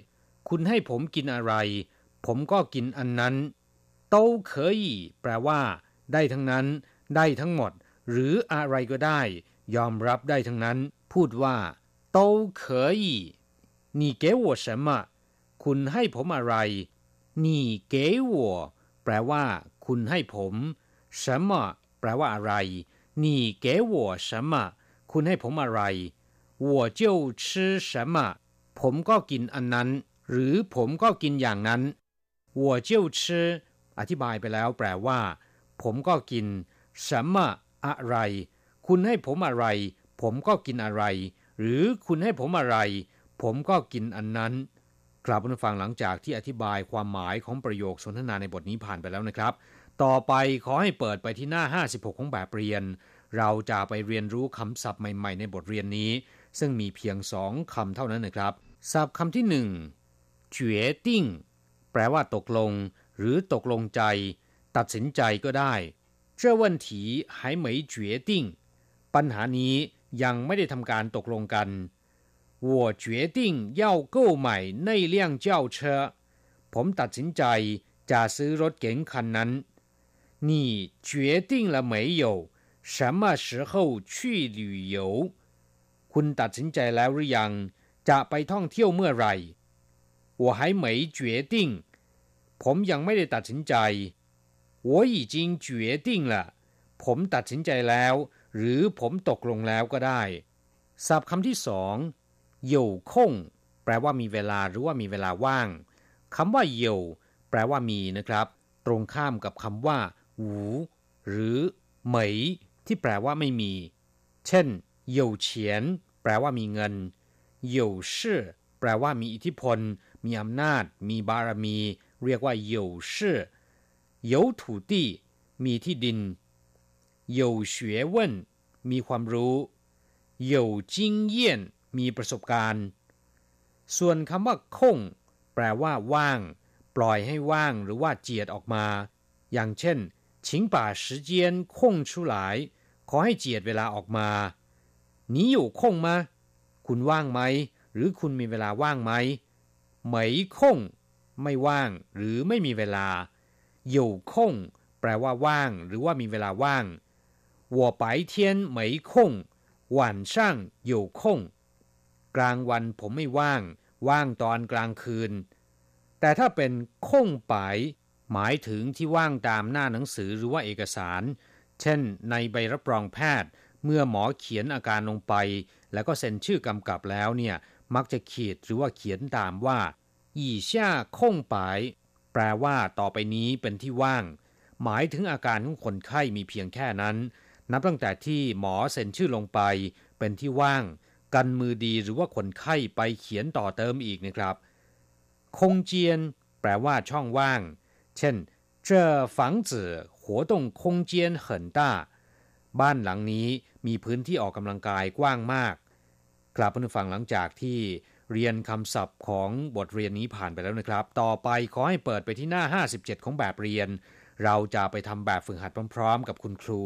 คุณให้ผมกินอะไรผมก็กินอันนั้น都可以แปลว่าได้ทั้งนั้นได้ทั้งหมดหรืออะไรก็ได้ยอมรับได้ทั้งนั้นพูดว่า都可以你给我什么คุณให้ผมอะไร你给我แปลว่าคุณให้ผม什么แปลว่าอะไร你给我什么คุณให้ผมอะไร我就吃什么ผมก็กินอันนั้นหรือผมก็กินอย่างนั้น我就吃อธิบายไปแล้วแปลว่าผมก็กิน什么อะไรคุณให้ผมอะไรผมก็กินอะไรหรือคุณให้ผมอะไรผมก็กินอันนั้นครับผู้ฟังหลังจากที่อธิบายความหมายของประโยคสนทนาในบทนี้ผ่านไปแล้วนะครับต่อไปขอให้เปิดไปที่หน้า56ของแบบเรียนเราจะไปเรียนรู้คำศัพท์ใหม่ๆในบทเรียนนี้ซึ่งมีเพียง2คำเท่านั้นนะครับศัพท์คำที่1决定แปลว่าตกลงหรือตกลงใจตัดสินใจก็ได้这问题还没决定ปัญหานี้ยังไม่ได้ทำการตกลงกัน我决定要购买那辆轿车ผมตัดสินใจจะซื้อรถเก๋งคันนั้น你决定了没有什么时候去旅游คุณตัดสินใจแล้วหรือยังจะไปท่องเที่ยวเมื่อไหร่我还没决定ผมยังไม่ได้ตัดสินใจ我已经决定了ผมตัดสินใจแล้วหรือผมตกลงแล้วก็ได้ศัพท์คำที่2有空แปลว่ามีเวลาหรือว่ามีเวลาว่างคำว่า有แปลว่ามีนะครับตรงข้ามกับคำว่าหูหรือเหมยที่แปลว่าไม่มีเช่น有钱แปลว่ามีเงิน有事แปลว่ามีอิทธิพลมีอำนาจมีบารมีเรียกว่า有事有土地มีที่ดิน有学问มีความรู้有经验มีประสบการณ์ส่วนคำว่าคงแปลว่าว่างปล่อยให้ว่างหรือว่าเจียดออกมาอย่างเช่น请把时间空出来ขอให้เจียดเวลาออกมา你有空吗คุณว่างไหมหรือคุณมีเวลาว่างไหม没空ไม่ว่างหรือไม่มีเวลา有空แปลว่าว่างหรือว่ามีเวลาว่าง我白天没空晚上有空กลางวันผมไม่ว่างว่างตอนกลางคืนแต่ถ้าเป็นคงไปหมายถึงที่ว่างตามหน้าหนังสือหรือว่าเอกสารเช่นในใบรับรองแพทย์เมื่อหมอเขียนอาการลงไปแล้วก็เซ็นชื่อกำกับแล้วเนี่ยมักจะขีดหรือว่าเขียนตามว่า以下空白แปลว่าต่อไปนี้เป็นที่ว่างหมายถึงอาการของคนไข้มีเพียงแค่นั้นนับตั้งแต่ที่หมอเซ็นชื่อลงไปเป็นที่ว่างกันมือดีหรือว่าคนไข้ไปเขียนต่อเติมอีกนะครับคงเจียนแปลว่าช่องว่างเช่น这房子活动空间很大บ้านหลังนี้มีพื้นที่ออกกำลังกายกว้างมากกลับมาฟังหลังจากที่เรียนคำศัพท์ของบทเรียนนี้ผ่านไปแล้วนะครับต่อไปขอให้เปิดไปที่หน้า57ของแบบเรียนเราจะไปทำแบบฝึกหัดพร้อมๆกับคุณครู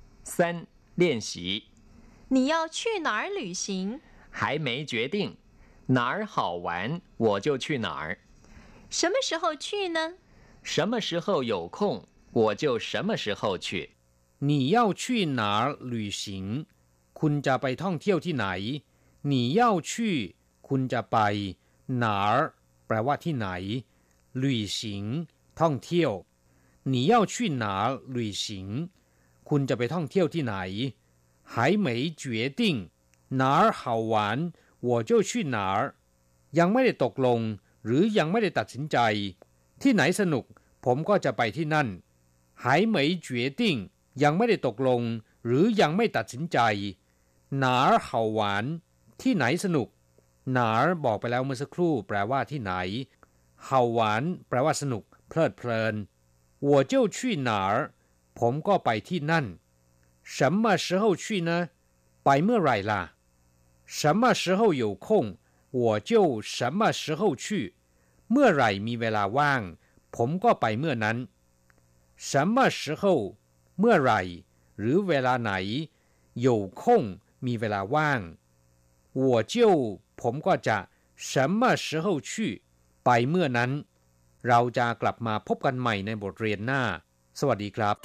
3练习你要去哪儿旅行还没决定哪儿好玩我就去哪儿什么时候去呢什么时候有空我就什么时候去你要去哪儿旅行คุณจะไปท่องเที่ยวที่ไหน你要去คุณจะไป哪儿แปลว่าที่ไหน旅行ท่องเที่ยว你要去哪儿旅行คุณจะไปท่องเที่ยวที่ไหน还没决定哪儿好玩我就去哪儿ยังไม่ได้ตกลงหรือยังไม่ได้ตัดสินใจที่ไหนสนุกผมก็จะไปที่นั่น还没决定ยังไม่ได้ตกลงหรือยังไม่ตัดสินใจ哪儿好玩ที่ไหนสนุก哪儿บอกไปแล้วเมื่อสักครู่แปลว่าที่ไหน好玩แปลว่าสนุกเพลิดเพลิน我就去哪儿ผมก็ไปที่นั่น什么时候去呢ไปเมื่อไหร่ล่ะ什么时候有空我就什么时候去เมื่อไหร่มีเวลาว่างผมก็ไปเมื่อนั้น什么时候เมื่อไหร่หรือเวลาไหน有空มีเวลาว่าง我就ผมก็จะ什么时候去ไปเมื่อนั้นเราจะกลับมาพบกันใหม่ในบทเรียนหน้าสวัสดีครับ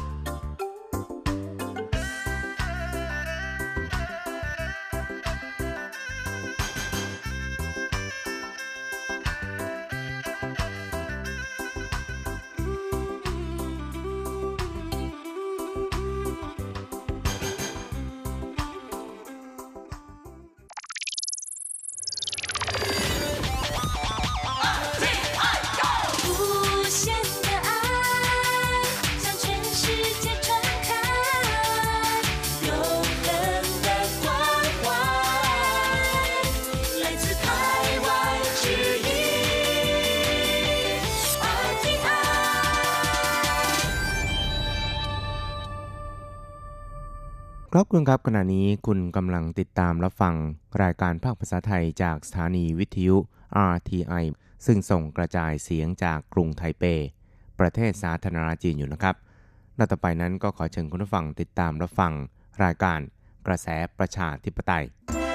ครับคุณครับขณะนี้คุณกำลังติดตามรับฟังรายการภาคภาษาไทยจากสถานีวิทยุ RTI ซึ่งส่งกระจายเสียงจากกรุงไทเปประเทศสาธารณรัฐจีนอยู่นะครับและต่อไปนั้นก็ขอเชิญคุณผู้ฟังติดตามรับฟังรายการกระแสประชาธิปไตย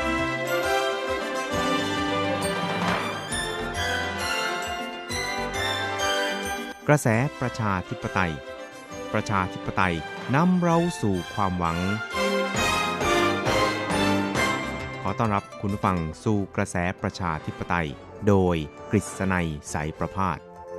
กระแสประชาธิปไตยประชาธิปไตยนำเราสู่ความหวังขอต้อนรับคุณผู้ฟังสู่กระแสประชาธิปไตยโดยกฤษณัยสายประภาส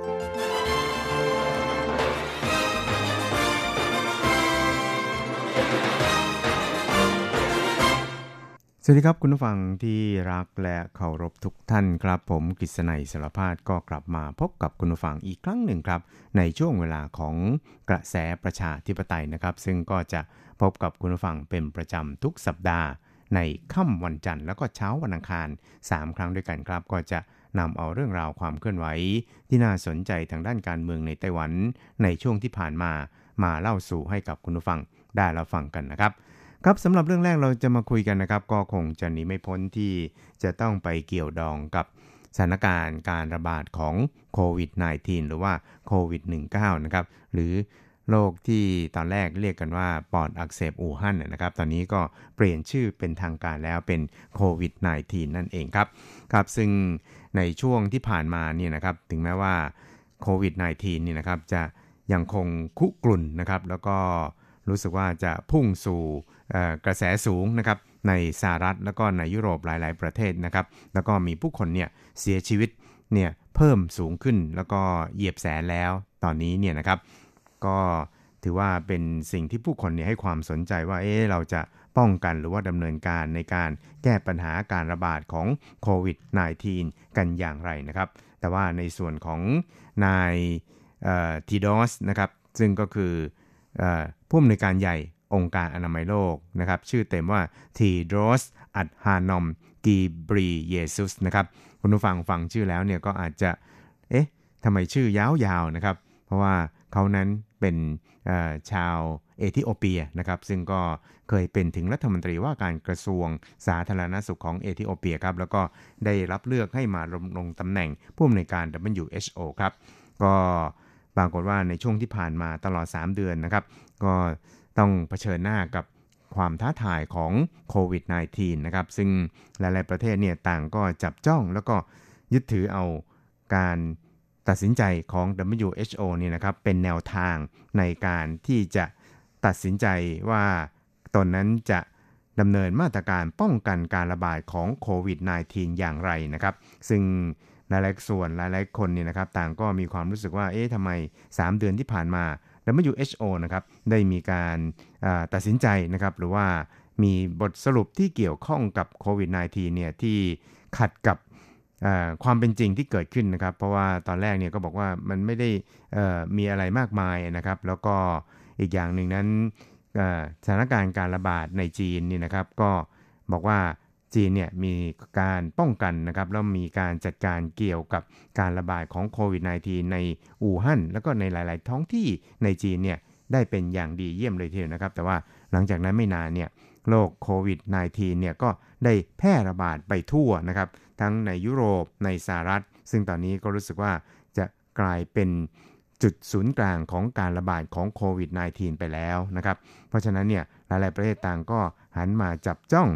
สวัสดีครับคุณผู้ฟังที่รักและเคารพทุกท่านครับผมกฤษณัยสารพาสก็กลับมาพบกับคุณผู้ฟังอีกครั้งหนึ่งครับในช่วงเวลาของกระแสประชาธิปไตยนะครับซึ่งก็จะพบกับคุณผู้ฟังเป็นประจำทุกสัปดาห์ในค่ำวันจันทร์แล้วก็เช้าวันอังคาร3ครั้งด้วยกันครับก็จะนำเอาเรื่องราวความเคลื่อนไหวที่น่าสนใจทางด้านการเมืองในไต้หวันในช่วงที่ผ่านมาเล่าสู่ให้กับคุณผู้ฟังได้รับฟังกันนะครับครับสำหรับเรื่องแรกเราจะมาคุยกันนะครับก็คงจะหนีไม่พ้นที่จะต้องไปเกี่ยวดองกับสถานการณ์การระบาดของโควิด -19 หรือว่าโควิด -19 นะครับหรือโรคที่ตอนแรกเรียกกันว่าปอดอักเสบอู่ฮั่นนะครับตอนนี้ก็เปลี่ยนชื่อเป็นทางการแล้วเป็นโควิด -19 นั่นเองครับครับซึ่งในช่วงที่ผ่านมาเนี่ยนะครับถึงแม้ว่าโควิด -19 นี่นะครับจะยังคงคุกรุ่นนะครับแล้วก็รู้สึกว่าจะพุ่งสู่กระแสสูงนะครับในสหรัฐแล้วก็ในยุโรปหลายๆประเทศนะครับแล้วก็มีผู้คนเนี่ยเสียชีวิตเนี่ยเพิ่มสูงขึ้นแล้วก็เหยียบแสนแล้วตอนนี้เนี่ยนะครับก็ถือว่าเป็นสิ่งที่ผู้คนเนี่ยให้ความสนใจว่าเราจะป้องกันหรือว่าดำเนินการในการแก้ปัญหาการระบาดของโควิด -19 กันอย่างไรนะครับแต่ว่าในส่วนของนายทีดอสนะครับซึ่งก็คือผู้อำนวยการใหญ่องค์การอนามัยโลกนะครับชื่อเต็มว่าทีโดรสอัดฮานอมกีบรีเยซุสนะครับคุณผู้ฟังชื่อแล้วเนี่ยก็อาจจะทำไมชื่อยาวๆนะครับเพราะว่าเขานั้นเป็นชาวเอธิโอเปียนะครับซึ่งก็เคยเป็นถึงรัฐมนตรีว่าการกระทรวงสาธารณสุขของเอธิโอเปียครับแล้วก็ได้รับเลือกให้มาลงตำแหน่งผู้อำนวยการ WHO ครับก็ปรากฏว่าในช่วงที่ผ่านมาตลอด3เดือนนะครับก็ต้องเผชิญหน้ากับความท้าทายของโควิด -19 นะครับซึ่งหลายๆประเทศเนี่ยต่างก็จับจ้องแล้วก็ยึดถือเอาการตัดสินใจของ WHO นี่นะครับเป็นแนวทางในการที่จะตัดสินใจว่าตนนั้นจะดำเนินมาตรการป้องกันการระบาดของโควิด -19 อย่างไรนะครับซึ่งหลายๆส่วนหลายๆคนเนี่ยนะครับต่างก็มีความรู้สึกว่าทำไม3เดือนที่ผ่านมาWHO นะครับได้มีการตัดสินใจนะครับหรือว่ามีบทสรุปที่เกี่ยวข้องกับโควิด -19 เนี่ยที่ขัดกับความเป็นจริงที่เกิดขึ้นนะครับเพราะว่าตอนแรกเนี่ยก็บอกว่ามันไม่ได้มีอะไรมากมายนะครับแล้วก็อีกอย่างหนึ่งนั้นสถานการณ์การระบาดในจีนนี่นะครับก็บอกว่าจีนเนี่ยมีการป้องกันนะครับแล้วมีการจัดการเกี่ยวกับการระบาดของโควิด -19 ในอู่ฮั่นแล้วก็ในหลายๆท้องที่ในจีนเนี่ยได้เป็นอย่างดีเยี่ยมเลยทีเดียวนะครับแต่ว่าหลังจากนั้นไม่นานเนี่ยโรคโควิด -19 เนี่ยก็ได้แพร่ระบาดไปทั่วนะครับทั้งในยุโรปในสหรัฐซึ่งตอนนี้ก็รู้สึกว่าจะกลายเป็นจุดศูนย์กลางของการระบาดของโควิด -19 ไปแล้วนะครับเพราะฉะนั้นเนี่ยหลายๆประเทศต่างก็หันมาจับจ้อง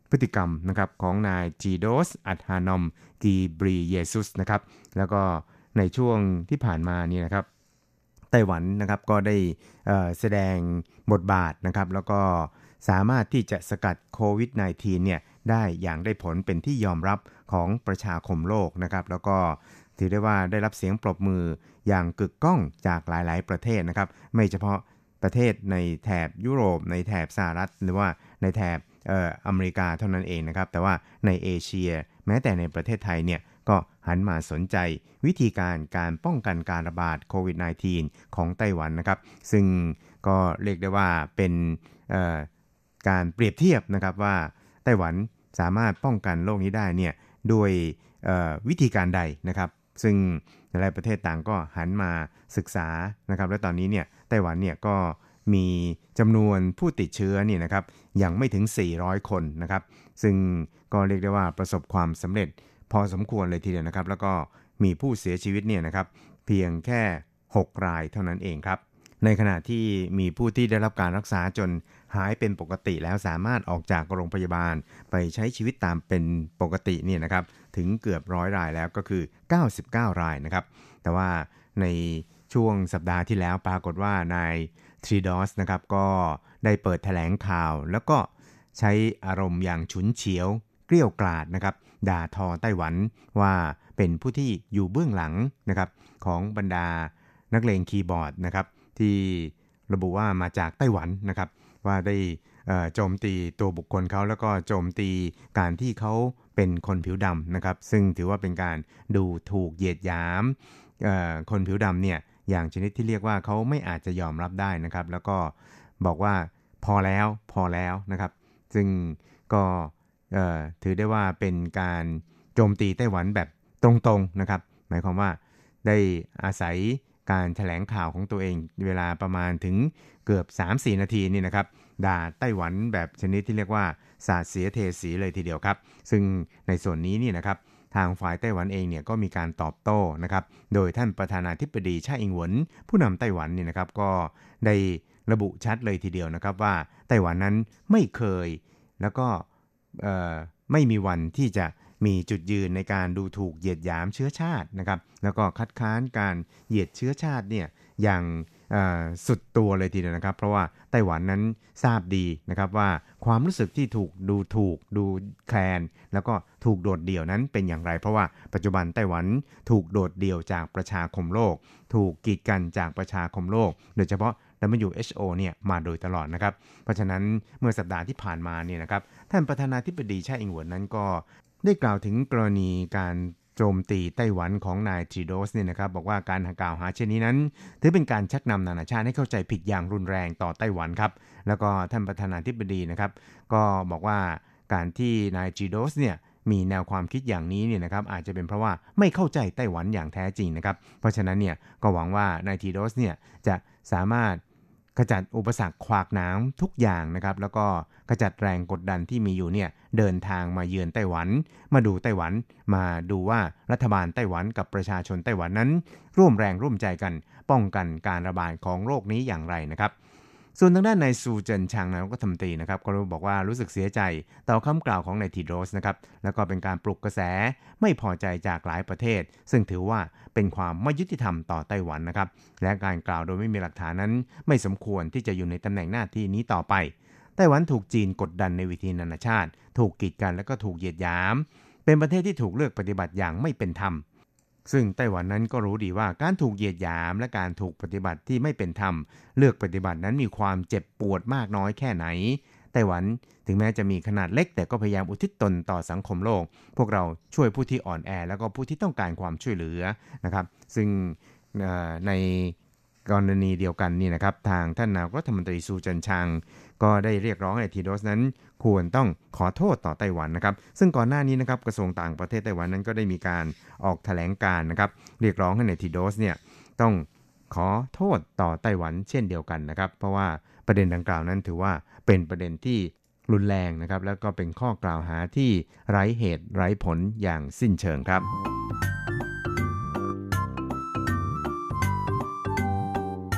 พฤติกรรมนะครับของนายจีโดสอัธานอมกีบรีเยซุสนะครับแล้วก็ในช่วงที่ผ่านมานี่นะครับไต้หวันนะครับก็ได้แสดงบทบาทนะครับแล้วก็สามารถที่จะสกัดโควิด -19 เนี่ยได้อย่างได้ผลเป็นที่ยอมรับของประชาคมโลกนะครับแล้วก็ถือได้ว่าได้รับเสียงปรบมืออย่างกึกก้องจากหลายๆประเทศนะครับไม่เฉพาะประเทศในแถบยุโรปในแถบสหรัฐหรือว่าในแถบอเมริกาเท่านั้นเองนะครับแต่ว่าในเอเชียแม้แต่ในประเทศไทยเนี่ยก็หันมาสนใจวิธีการป้องกันการระบาดโควิด -19 ของไต้หวันนะครับซึ่งก็เรียกได้ว่าเป็นการเปรียบเทียบนะครับว่าไต้หวันสามารถป้องกันโรคนี้ได้เนี่ยด้วยวิธีการใดนะครับซึ่งหลายประเทศต่างก็หันมาศึกษานะครับและตอนนี้เนี่ยไต้หวันเนี่ยก็มีจำนวนผู้ติดเชื้อนี่นะครับยังไม่ถึง400คนนะครับซึ่งก็เรียกได้ว่าประสบความสำเร็จพอสมควรเลยทีเดียวนะครับแล้วก็มีผู้เสียชีวิตเนี่ยนะครับเพียงแค่6รายเท่านั้นเองครับในขณะที่มีผู้ที่ได้รับการรักษาจนหายเป็นปกติแล้วสามารถออกจากโรงพยาบาลไปใช้ชีวิตตามเป็นปกติเนี่ยนะครับถึงเกือบ100รายแล้วก็คือ99รายนะครับแต่ว่าในช่วงสัปดาห์ที่แล้วปรากฏว่านายทรีดอสนะครับก็ได้เปิดแถลงข่าวแล้วก็ใช้อารมณ์อย่างฉุนเฉียวเกรี้ยวกราดนะครับด่าทอไต้หวันว่าเป็นผู้ที่อยู่เบื้องหลังนะครับของบรรดานักเลงคีย์บอร์ดนะครับที่ระบุว่ามาจากไต้หวันนะครับว่าได้โจมตีตัวบุคคลเขาแล้วก็โจมตีการที่เขาเป็นคนผิวดำนะครับซึ่งถือว่าเป็นการดูถูกเหยียดหยามคนผิวดำเนี่ยอย่างชนิดที่เรียกว่าเขาไม่อาจจะยอมรับได้นะครับแล้วก็บอกว่าพอแล้วนะครับซึ่งก็ถือได้ว่าเป็นการโจมตีไต้หวันแบบตรงๆนะครับหมายความว่าได้อาศัยการแถลงข่าวของตัวเองเวลาประมาณถึงเกือบ 3-4 นาทีนี่นะครับด่าไต้หวันแบบชนิดที่เรียกว่าสาดเสียเทสีเลยทีเดียวครับซึ่งในส่วนนี้นี่นะครับทางฝ่ายไต้หวันเองเนี่ยก็มีการตอบโต้นะครับโดยท่านประธานาธิบดีไช่อิงเหวินผู้นำไต้หวันนี่นะครับก็ได้ระบุชัดเลยทีเดียวนะครับว่าไต้หวันนั้นไม่เคยแล้วก็ไม่มีวันที่จะมีจุดยืนในการดูถูกเหยียดหยามเชื้อชาตินะครับแล้วก็คัดค้านการเหยียดเชื้อชาติเนี่ยอย่างสุดตัวเลยทีเดียวนะครับเพราะว่าไต้หวันนั้นทราบดีนะครับว่าความรู้สึกที่ถูกดูแคลนแล้วก็ถูกโดดเดี่ยวนั้นเป็นอย่างไรเพราะว่าปัจจุบันไต้หวันถูกโดดเดี่ยวจากประชาคมโลกถูกกีดกันจากประชาคมโลกโดยเฉพาะ WHO เนี่ยมาโดยตลอดนะครับเพราะฉะนั้นเมื่อสัปดาห์ที่ผ่านมาเนี่ยนะครับท่านประธานาธิบดีไช่อิงเหวินนั้นก็ได้กล่าวถึงกรณีการโจมตีไต้หวันของนายทรีโดสเนี่ยนะครับบอกว่าการกล่าวหาเช่นนี้นั้นถือเป็นการชักนำนานาชาติให้เข้าใจผิดอย่างรุนแรงต่อไต้หวันครับแล้วก็ท่านประธานาธิบดีนะครับก็บอกว่าการที่นายทรีโดสเนี่ยมีแนวความคิดอย่างนี้เนี่ยนะครับอาจจะเป็นเพราะว่าไม่เข้าใจไต้หวันอย่างแท้จริงนะครับเพราะฉะนั้นเนี่ยก็หวังว่านายทรีโดสเนี่ยจะสามารถขจัดอุปสรรคขวากหนามทุกอย่างนะครับแล้วก็ขจัดแรงกดดันที่มีอยู่เนี่ยเดินทางมาเยือนไต้หวันมาดูไต้หวันมาดูว่ารัฐบาลไต้หวันกับประชาชนไต้หวันนั้นร่วมแรงร่วมใจกันป้องกันการระบาดของโรคนี้อย่างไรนะครับส่วนทางด้านนายซูเจินชางนายกรัฐมนตรีนะครับก็บอกว่ารู้สึกเสียใจต่อคำกล่าวของนายทีโดสนะครับแล้วก็เป็นการปลุกกระแสไม่พอใจจากหลายประเทศซึ่งถือว่าเป็นความไม่ยุติธรรมต่อไต้หวันนะครับและการกล่าวโดยไม่มีหลักฐานนั้นไม่สมควรที่จะอยู่ในตำแหน่งหน้าที่นี้ต่อไปไต้หวันถูกจีนกดดันในวิธีนานาชาติถูกกีดกันและก็ถูกเหยียดหยามเป็นประเทศที่ถูกเลือกปฏิบัติอย่างไม่เป็นธรรมซึ่งไต้หวันนั้นก็รู้ดีว่าการถูกเหยียดหยามและการถูกปฏิบัติที่ไม่เป็นธรรมเลือกปฏิบัตินั้นมีความเจ็บปวดมากน้อยแค่ไหนไต้หวันถึงแม้จะมีขนาดเล็กแต่ก็พยายามอุทิศตนต่อสังคมโลกพวกเราช่วยผู้ที่อ่อนแอแล้วก็ผู้ที่ต้องการความช่วยเหลือนะครับซึ่งในกรณีเดียวกันนี่นะครับทางท่านนายกรัฐมนตรีซูเจินชางก็ได้เรียกร้องให้ทีโดสนั้นควรต้องขอโทษต่อไต้หวันนะครับซึ่งก่อนหน้านี้นะครับกระทรวงต่างประเทศไต้หวันนั้นก็ได้มีการออกแถลงการณ์นะครับเรียกร้องให้นายทีโดสเนี่ยต้องขอโทษต่อไต้หวันเช่นเดียวกันนะครับเพราะว่าประเด็นดังกล่าวนั้นถือว่าเป็นประเด็นที่รุนแรงนะครับแล้วก็เป็นข้อกล่าวหาที่ไร้เหตุไร้ผลอย่างสิ้นเชิงครับ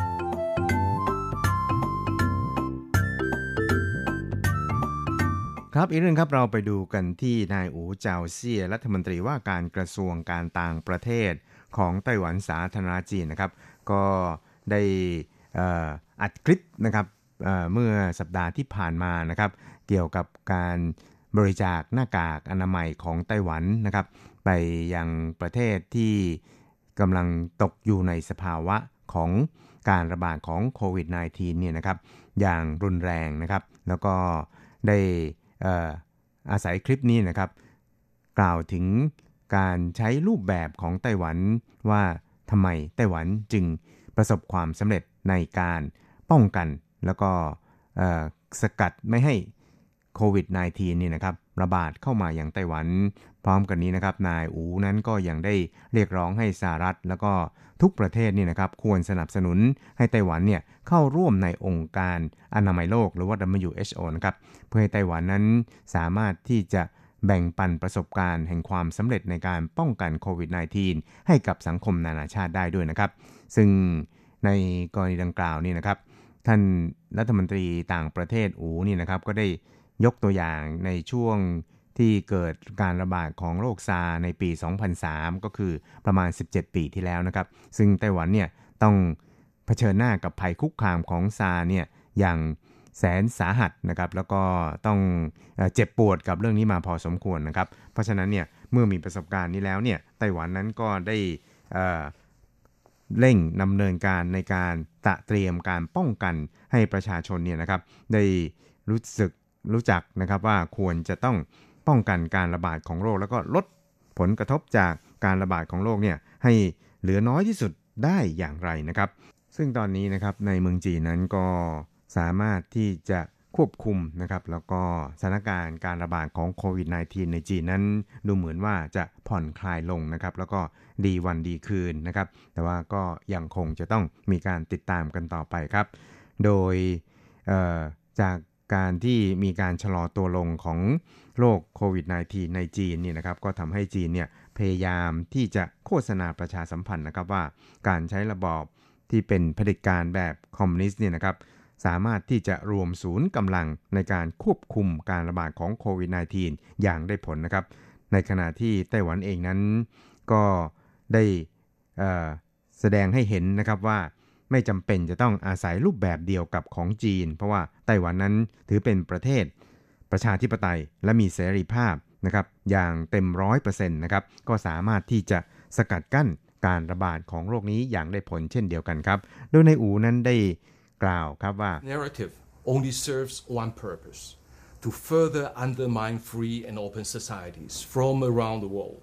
คครับอีกเรื่องครับเราไปดูกันที่นายอู๋เจาเซี่ยรัฐมนตรีว่าการกระทรวงการต่างประเทศของไต้หวันสาธารณรัฐจีนนะครับก็ได้อัดคลิปนะครับเมื่อสัปดาห์ที่ผ่านมานะครับเกี่ยวกับการบริจาคหน้ากากอนามัยของไต้หวันนะครับไปยังประเทศที่กำลังตกอยู่ในสภาวะของการระบาดของโควิด -19 เนี่ยนะครับอย่างรุนแรงนะครับแล้วก็ได้อาศัยคลิปนี้นะครับกล่าวถึงการใช้รูปแบบของไต้หวันว่าทำไมไต้หวันจึงประสบความสำเร็จในการป้องกันแล้วก็สกัดไม่ให้โควิด -19 นี่นะครับระบาดเข้ามาอย่างไต้หวันพร้อมกันนี้นะครับนายอู๋นั้นก็ยังได้เรียกร้องให้สหรัฐแล้วก็ทุกประเทศนี่นะครับควรสนับสนุนให้ไต้หวันเนี่ยเข้าร่วมในองค์การอนามัยโลกหรือว่า WHO นะครับเพื่อให้ไต้หวันนั้นสามารถที่จะแบ่งปันประสบการณ์แห่งความสำเร็จในการป้องกันโควิด -19 ให้กับสังคมนานาชาติได้ด้วยนะครับซึ่งในกรณีดังกล่าวนี่นะครับท่านรัฐมนตรีต่างประเทศอู๋นี่นะครับก็ได้ยกตัวอย่างในช่วงที่เกิดการระบาดของโรคซาร์ในปี 2003 ก็คือประมาณ17ปีที่แล้วนะครับซึ่งไต้หวันเนี่ยต้องเผชิญหน้ากับภัยคุกคามของซาร์เนี่ยอย่างแสนสาหัสนะครับแล้วก็ต้องเจ็บปวดกับเรื่องนี้มาพอสมควรนะครับเพราะฉะนั้นเนี่ยเมื่อมีประสบการณ์นี้แล้วเนี่ยไต้หวันนั้นก็ได้เร่งดำเนินการในการเตรียมการป้องกันให้ประชาชนเนี่ยนะครับได้รู้จักนะครับว่าควรจะต้องป้องกันการระบาดของโรคแล้วก็ลดผลกระทบจากการระบาดของโรคเนี่ยให้เหลือน้อยที่สุดได้อย่างไรนะครับซึ่งตอนนี้นะครับในเมืองจีนนั้นก็สามารถที่จะควบคุมนะครับแล้วก็สถานการณ์การระบาดของโควิด -19 ในจีนนั้นดูเหมือนว่าจะผ่อนคลายลงนะครับแล้วก็ดีวันดีคืนนะครับแต่ว่าก็ยังคงจะต้องมีการติดตามกันต่อไปครับโดยจากการที่มีการชะลอตัวลงของโรคโควิด -19 ในจีนนี่นะครับก็ทำให้จีนเนี่ยพยายามที่จะโฆษณาประชาสัมพันธ์นะครับว่าการใช้ระบอบที่เป็นเผด็จการแบบคอมมิวนิสต์เนี่ยนะครับสามารถที่จะรวมศูนย์กำลังในการควบคุมการระบาดของโควิด -19 อย่างได้ผลนะครับในขณะที่ไต้หวันเองนั้นก็ได้แสดงให้เห็นนะครับว่าไม่จำเป็นจะต้องอาศัยรูปแบบเดียวกับของจีนเพราะว่าไต้หวันนั้นถือเป็นประเทศประชาธิปไตยและมีเสรีภาพนะครับอย่างเต็ม 100% นะครับก็สามารถที่จะสกัดกั้นการระบาดของโรคนี้อย่างได้ผลเช่นเดียวกันครับโดยในอู๋นั้นได้กล่าวครับว่า Narrative only serves one purpose to further undermine free and open societies from around the world.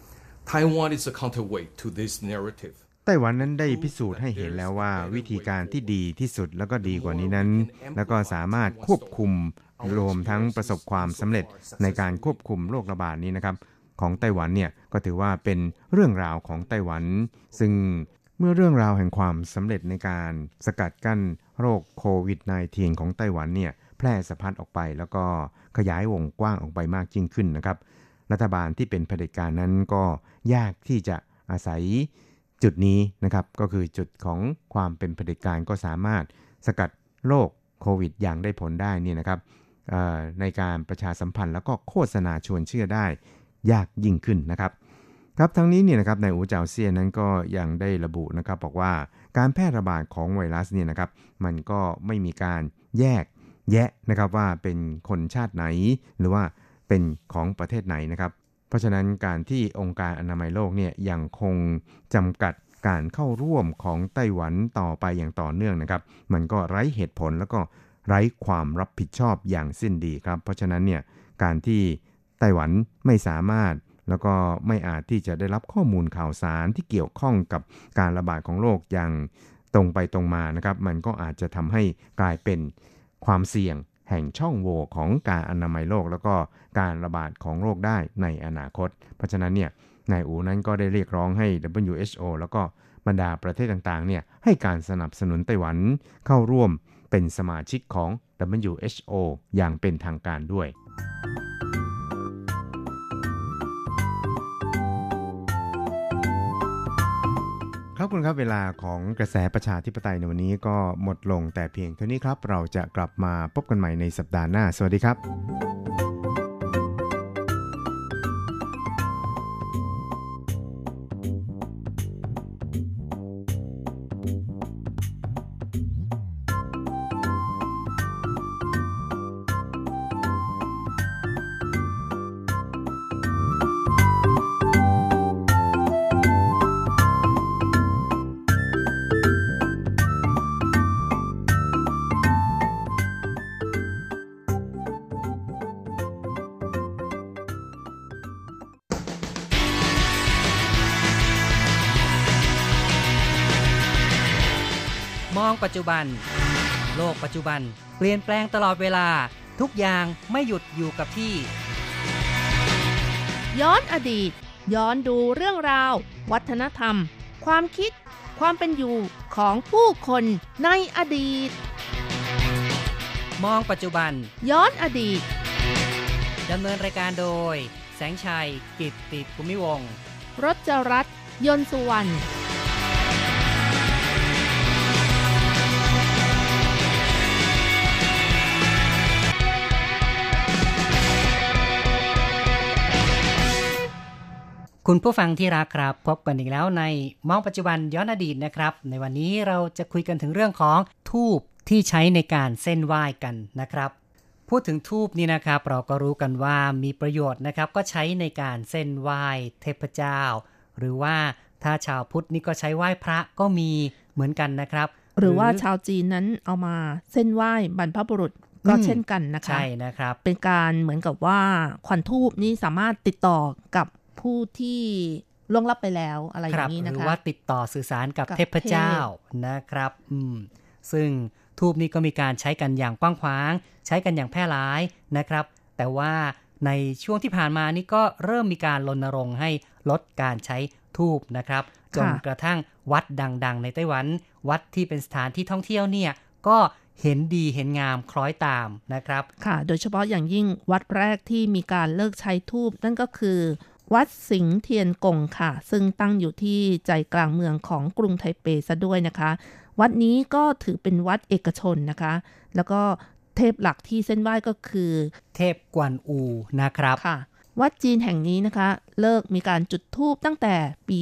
Taiwan is a counterweight to this narrative. ไต้หวันนั้นได้พิสูจน์ให้เห็นแล้วว่าวิธีการที่ดีที่สุดแล้วก็ดีกว่านี้นั้นแล้วก็สามารถควบคุมรวมทั้งประสบความสำเร็จในการควบคุมโรคระบาดนี้นะครับของไต้หวันเนี่ยก็ถือว่าเป็นเรื่องราวของไต้หวันซึ่งเมื่อเรื่องราวแห่งความสำเร็จในการสกัดกั้นโรคโควิด -19 ของไต้หวันเนี่ยแพร่สะพัดออกไปแล้วก็ขยายวงกว้างออกไปมากยิ่งขึ้นนะครับรัฐบาลที่เป็นเผด็จการนั้นก็ยากที่จะอาศัยจุดนี้นะครับก็คือจุดของความเป็นเผด็จการก็สามารถสกัดโรคโควิดอย่างได้ผลได้นี่นะครับในการประชาสัมพันธ์แล้วก็โฆษณาชวนเชื่อได้ยากยิ่งขึ้นนะครับครับทั้งนี้เนี่ยนะครับนายอู๋เจาเซี่ยนั้นก็ยังได้ระบุนะครับบอกว่าการแพร่ระบาดของไวรัสเนี่ยนะครับมันก็ไม่มีการแยกแยะนะครับว่าเป็นคนชาติไหนหรือว่าเป็นของประเทศไหนนะครับเพราะฉะนั้นการที่องค์การอนามัยโลกเนี่ยยังคงจำกัดการเข้าร่วมของไต้หวันต่อไปอย่างต่อเนื่องนะครับมันก็ไร้เหตุผลแล้วก็ไร้ความรับผิดชอบอย่างสิ้นดีครับเพราะฉะนั้นเนี่ยการที่ไต้หวันไม่สามารถแล้วก็ไม่อาจที่จะได้รับข้อมูลข่าวสารที่เกี่ยวข้องกับการระบาดของโรคอย่างตรงไปตรงมานะครับมันก็อาจจะทำให้กลายเป็นความเสี่ยงแห่งช่องโหว่ของการอนามัยโลกแล้วก็การระบาดของโรคได้ในอนาคตเพราะฉะนั้นเนี่ยนายอู๋นั้นก็ได้เรียกร้องให้ WHO แล้วก็บรรดาประเทศต่างๆเนี่ยให้การสนับสนุนไต้หวันเข้าร่วมเป็นสมาชิกของ WHO อย่างเป็นทางการด้วยครับคุณครับเวลาของกระแสประชาธิปไตยในวันนี้ก็หมดลงแต่เพียงเท่านี้ครับเราจะกลับมาพบกันใหม่ในสัปดาห์หน้าสวัสดีครับมองปัจจุบันโลกปัจจุบันเปลี่ยนแปลงตลอดเวลาทุกอย่างไม่หยุดอยู่กับที่ย้อนอดีตย้อนดูเรื่องราววัฒนธรรมความคิดความเป็นอยู่ของผู้คนในอดีตมองปัจจุบันย้อนอดีตดำเนินรายการโดยแสงชัยกิตติภูมิวงศ์รจรัตน์ยนต์สุวรรณคุณผู้ฟังที่รักครับพบกันอีกแล้วในมองปัจจุบันย้อนอดีตนะครับในวันนี้เราจะคุยกันถึงเรื่องของธูปที่ใช้ในการเส้นไหว้กันนะครับพูดถึงธูปนี่นะครับเราก็รู้กันว่ามีประโยชน์นะครับก็ใช้ในการเส้นไหว้เทพเจ้าหรือว่าถ้าชาวพุทธนี่ก็ใช้ไหว้พระก็มีเหมือนกันนะครับหรือว่าชาวจีนนั้นเอามาเส้นไหว้บรรพบุรุษก็เช่นกันนะคะใช่นะครับเป็นการเหมือนกับว่าขวัญธูปนี่สามารถติดต่อกับผู้ที่ล่วงลับไปแล้วอะไรอย่างนี้นะคะหรือว่าติดต่อสื่อสารกับเทพเจ้านะครับซึ่งธูปนี้ก็มีการใช้กันอย่างกว้างขวางใช้กันอย่างแพร่หลายนะครับแต่ว่าในช่วงที่ผ่านมานี่ก็เริ่มมีการรณรงค์ให้ลดการใช้ธูปนะครับจนกระทั่งวัดดังๆในไต้หวันวัดที่เป็นสถานที่ท่องเที่ยวเนี่ยก็เห็นดีเห็นงามคล้อยตามนะครับค่ะโดยเฉพาะอย่างยิ่งวัดแรกที่มีการเลิกใช้ธูปนั่นก็คือวัดสิงห์เทียนกงค่ะซึ่งตั้งอยู่ที่ใจกลางเมืองของกรุงไทเปซะด้วยนะคะวัดนี้ก็ถือเป็นวัดเอกชนนะคะแล้วก็เทพหลักที่เส้นไหว้ก็คือเทพกวนอูนะครับค่ะวัดจีนแห่งนี้นะคะเลิกมีการจุดธูปตั้งแต่ปี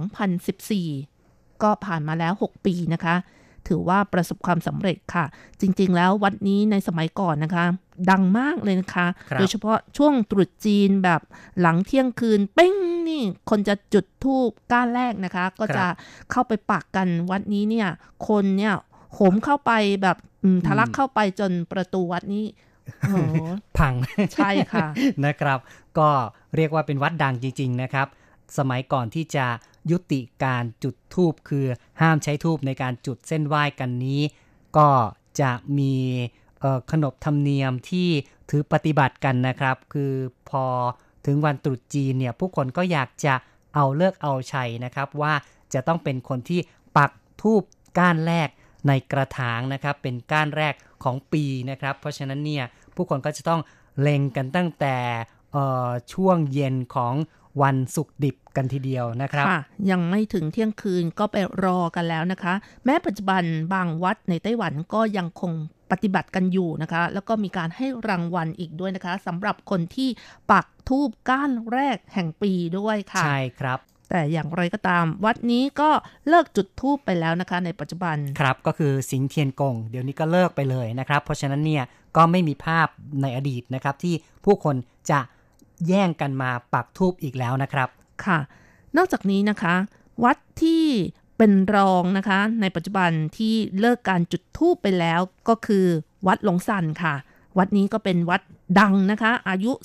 2014 ก็ผ่านมาแล้ว6ปีนะคะถือว่าประสบความสำเร็จค่ะจริงๆแล้ววัดนี้ในสมัยก่อนนะคะดังมากเลยนะคะโดยเฉพาะช่วงตรุษจีนแบบหลังเที่ยงคืนเป้งนี่คนจะจุดธูปก้านแรกนะคะก็จะเข้าไปปักกันวัดนี้เนี่ยคนเนี่ยโหมเข้าไปแบบทะลักเข้าไปจนประตูวัดนี้พังใช่ค่ะนะครับก็เรียกว่าเป็นวัดดังจริงๆนะครับสมัยก่อนที่จะยุติการจุดธูปคือห้ามใช้ธูปในการจุดเส้นไหว้กันนี้ก็จะมีขนบธรรมเนียมที่ถือปฏิบัติกันนะครับคือพอถึงวันตรุษจีนเนี่ยผู้คนก็อยากจะเอาเลิกเอาชัยนะครับว่าจะต้องเป็นคนที่ปักธูปก้านแรกในกระถางนะครับเป็นก้านแรกของปีนะครับเพราะฉะนั้นเนี่ยผู้คนก็จะต้องเล็งกันตั้งแต่ช่วงเย็นของวันศุกร์ดิบกันทีเดียวนะครับยังไม่ถึงเที่ยงคืนก็ไปรอกันแล้วนะคะแม้ปัจจุบันบางวัดในไต้หวันก็ยังคงปฏิบัติกันอยู่นะคะแล้วก็มีการให้รางวัลอีกด้วยนะคะสำหรับคนที่ปักธูปก้านแรกแห่งปีด้วยค่ะใช่ครับแต่อย่างไรก็ตามวัดนี้ก็เลิกจุดธูปไปแล้วนะคะในปัจจุบันครับก็คือสิงห์เทียนกงเดี๋ยวนี้ก็เลิกไปเลยนะครับเพราะฉะนั้นเนี่ยก็ไม่มีภาพในอดีตนะครับที่ผู้คนจะแย่งกันมาปักธูปอีกแล้วนะครับค่ะนอกจากนี้นะคะวัดที่เป็นรองนะคะในปัจจุบันที่เลิกการจุดธูปไปแล้วก็คือวัดหลงซันค่ะวัดนี้ก็เป็นวัดดังนะคะอายุ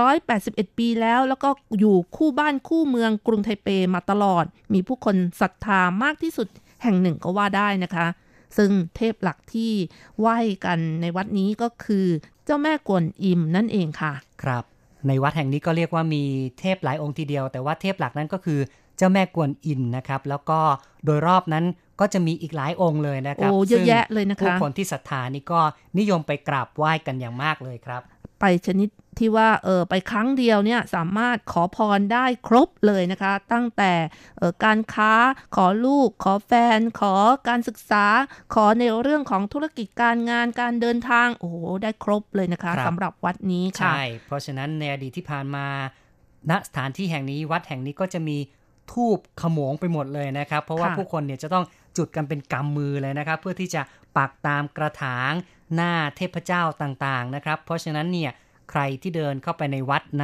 281ปีแล้วก็อยู่คู่บ้านคู่เมืองกรุงไทเปมาตลอดมีผู้คนศรัทธามากที่สุดแห่งหนึ่งก็ว่าได้นะคะซึ่งเทพหลักที่ไหว้กันในวัดนี้ก็คือเจ้าแม่กวนอิมนั่นเองค่ะครับในวัดแห่งนี้ก็เรียกว่ามีเทพหลายองค์ทีเดียวแต่ว่าเทพหลักนั้นก็คือเจ้าแม่กวนอิมนะครับแล้วก็โดยรอบนั้นก็จะมีอีกหลายองค์เลยนะครับเยอะแยะเลยนะคะผู้คนที่ศรัทธานี่ก็นิยมไปกราบไหว้กันอย่างมากเลยครับไปชนิดที่ว่าไปครั้งเดียวเนี่ยสามารถขอพรได้ครบเลยนะคะตั้งแต่การค้าขอลูกขอแฟนขอการศึกษาขอในเรื่องของธุรกิจการงานการเดินทางโอ้โหได้ครบเลยนะคะสำหรับวัดนี้ค่ะใช่เพราะฉะนั้นในอดีตที่ผ่านมาณสถานที่แห่งนี้วัดแห่งนี้ก็จะมีธูปขโมงไปหมดเลยนะครับเพราะว่าผู้คนเนี่ยจะต้องจุดกันเป็นกำมือเลยนะครับเพื่อที่จะปักตามกระถางหน้าเทพเจ้าต่างๆนะครับเพราะฉะนั้นเนี่ยใครที่เดินเข้าไปในวัดนั้น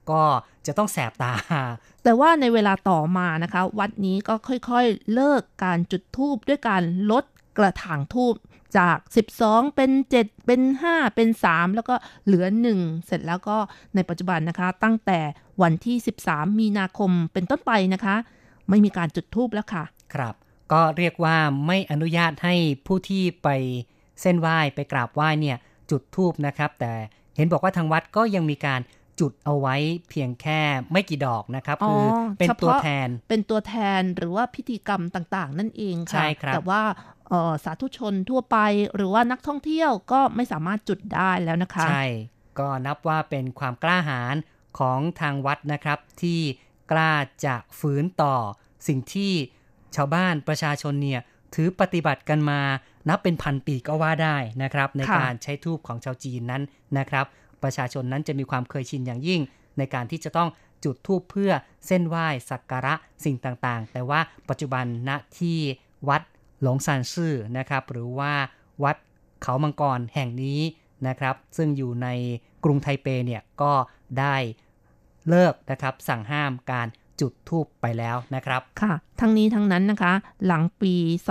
ก็จะต้องแสบตาแต่ว่าในเวลาต่อมานะคะวัดนี้ก็ค่อยๆเลิกการจุดธูปด้วยการลดกระถางธูปจาก12เป็น7เป็น5เป็น3แล้วก็เหลือ1เสร็จแล้วก็ในปัจจุบันนะคะตั้งแต่วันที่13มีนาคมเป็นต้นไปนะคะไม่มีการจุดธูปแล้วค่ะครับก็เรียกว่าไม่อนุญาตให้ผู้ที่ไปเส้นไหว้ไปกราบไหว้เนี่ยจุดธูปนะครับแต่เห็นบอกว่าทางวัดก็ยังมีการจุดเอาไว้เพียงแค่ไม่กี่ดอกนะครับคือเป็นตัวแทนหรือว่าพิธีกรรมต่างๆนั่นเองค่ะใช่ครับแต่ว่าสาธุชนทั่วไปหรือว่านักท่องเที่ยวก็ไม่สามารถจุดได้แล้วนะคะใช่ก็นับว่าเป็นความกล้าหาญของทางวัดนะครับที่กล้าจะฝืนต่อสิ่งที่ชาวบ้านประชาชนเนี่ยถือปฏิบัติกันมานับเป็นพันปีก็ว่าได้นะครับในการใช้ธูปของชาวจีนนั้นนะครับประชาชนนั้นจะมีความเคยชินอย่างยิ่งในการที่จะต้องจุดธูปเพื่อเส้นไหว้สักการะสิ่งต่างๆแต่ว่าปัจจุบันณที่วัดหลงซานซื่อนะครับหรือว่าวัดเขามังกรแห่งนี้นะครับซึ่งอยู่ในกรุงไทเปเนี่ยก็ได้เลิกนะครับสั่งห้ามการจุดธูปไปแล้วนะครับค่ะทั้งนี้ทั้งนั้นนะคะหลังปี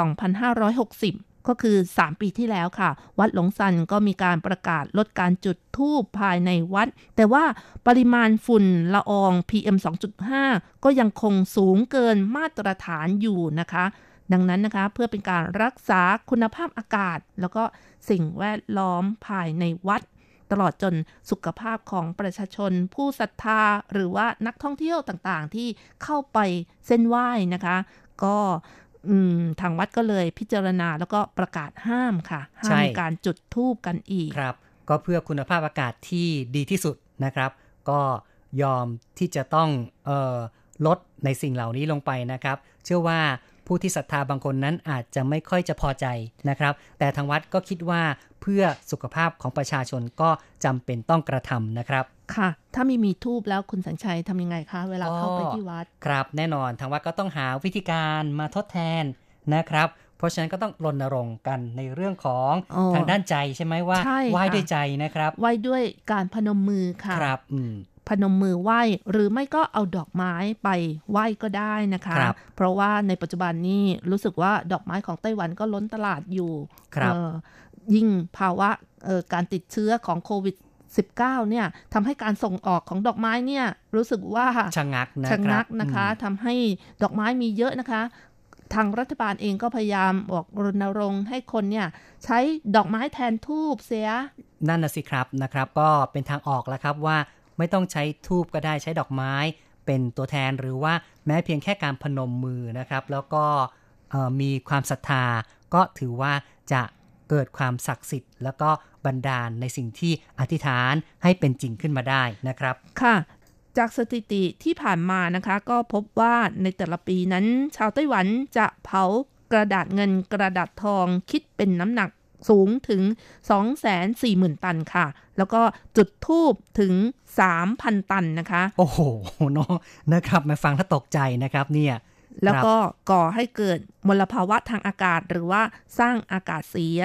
2560 ก็คือ3ปีที่แล้วค่ะวัดหลงซันก็มีการประกาศลดการจุดธูปภายในวัดแต่ว่าปริมาณฝุ่นละออง PM 2.5 ก็ยังคงสูงเกินมาตรฐานอยู่นะคะดังนั้นนะคะเพื่อเป็นการรักษาคุณภาพอากาศแล้วก็สิ่งแวดล้อมภายในวัดตลอดจนสุขภาพของประชาชนผู้ศรัทธาหรือว่านักท่องเที่ยวต่างๆที่เข้าไปเส้นไหว้นะคะก็ทางวัดก็เลยพิจารณาแล้วก็ประกาศห้ามค่ะห้ามการจุดธูปกันอีกครับก็เพื่อคุณภาพอากาศที่ดีที่สุดนะครับก็ยอมที่จะต้องลดในสิ่งเหล่านี้ลงไปนะครับเชื่อว่าผู้ที่ศรัทธาบางคนนั้นอาจจะไม่ค่อยจะพอใจนะครับแต่ทางวัดก็คิดว่าเพื่อสุขภาพของประชาชนก็จำเป็นต้องกระทำนะครับค่ะถ้าไม่มีธูปแล้วคุณสัญชัยทำยังไงคะเวลาเข้าไปที่วัดครับแน่นอนทางวัดก็ต้องหาวิธีการมาทดแทนนะครับเพราะฉะนั้นก็ต้องรณรงค์กันในเรื่องของทางด้านใจใช่ไหมว่าไหว้ด้วยใจนะครับไหว้ด้วยการพนมมือค่ะครับพนมมือไหว้หรือไม่ก็เอาดอกไม้ไปไหว้ก็ได้นะคะเพราะว่าในปัจจุบันนี้รู้สึกว่าดอกไม้ของไต้หวันก็ล้นตลาดอยู่ยิ่งภาวะการติดเชื้อของโควิด19เนี่ยทำให้การส่งออกของดอกไม้เนี่ยรู้สึกว่าชะงักนะคะทำให้ดอกไม้มีเยอะนะคะทางรัฐบาลเองก็พยายามบอกรณรงค์ให้คนเนี่ยใช้ดอกไม้แทนธูปเสียนั่นน่ะสิครับนะครับก็เป็นทางออกแล้วครับว่าไม่ต้องใช้ธูปก็ได้ใช้ดอกไม้เป็นตัวแทนหรือว่าแม้เพียงแค่การพนมมือนะครับแล้วก็มีความศรัทธาก็ถือว่าจะเกิดความศักดิ์สิทธิ์แล้วก็บันดาลในสิ่งที่อธิษฐานให้เป็นจริงขึ้นมาได้นะครับค่ะจากสถิติที่ผ่านมานะคะก็พบว่าในแต่ละปีนั้นชาวไต้หวันจะเผากระดาษเงินกระดาษทองคิดเป็นน้ำหนักสูงถึง 240,000 ตันค่ะแล้วก็จุดธูปถึง 3,000 ตันนะคะโอ้โหเนาะนะครับมาฟังถ้าตกใจนะครับเนี่ยแล้วก็ก่อให้เกิดมลภาวะทางอากาศหรือว่าสร้างอากาศเสีย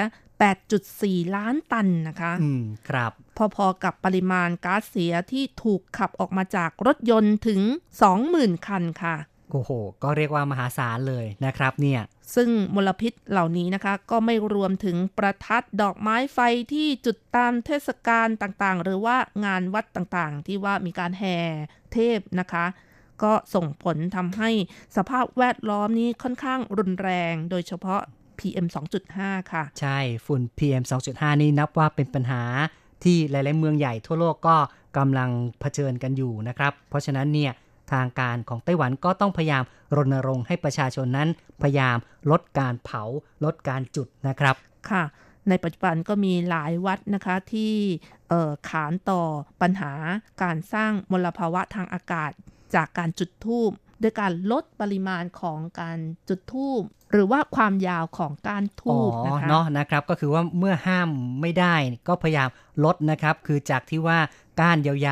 8.4 ล้านตันนะคะครับพอๆกับปริมาณก๊าซเสียที่ถูกขับออกมาจากรถยนต์ถึง 20,000 คันค่ะโอ้โหก็เรียกว่ามหาศาลเลยนะครับเนี่ยซึ่งมลพิษเหล่านี้นะคะก็ไม่รวมถึงประทัดดอกไม้ไฟที่จุดตามเทศกาลต่างๆหรือว่างานวัดต่างๆที่ว่ามีการแห่เทพนะคะก็ส่งผลทำให้สภาพแวดล้อมนี้ค่อนข้างรุนแรงโดยเฉพาะ PM 2.5 ค่ะใช่ฝุ่น PM 2.5 นี่นับว่าเป็นปัญหาที่หลายๆเมืองใหญ่ทั่วโลกก็กำลังเผชิญกันอยู่นะครับเพราะฉะนั้นเนี่ยทางการของไต้หวันก็ต้องพยายามรณรงค์ให้ประชาชนนั้นพยายามลดการเผาลดการจุดนะครับค่ะในปัจจุบันก็มีหลายวัดนะคะที่ขานต่อปัญหาการสร้างมลภาวะทางอากาศจากการจุดธูปด้วยการลดปริมาณของการจุดธูปหรือว่าความยาวของการธูปนะคะเนาะนะครับก็คือว่าเมื่อห้ามไม่ได้ก็พยายามลดนะครับคือจากที่ว่าก้านยาวๆ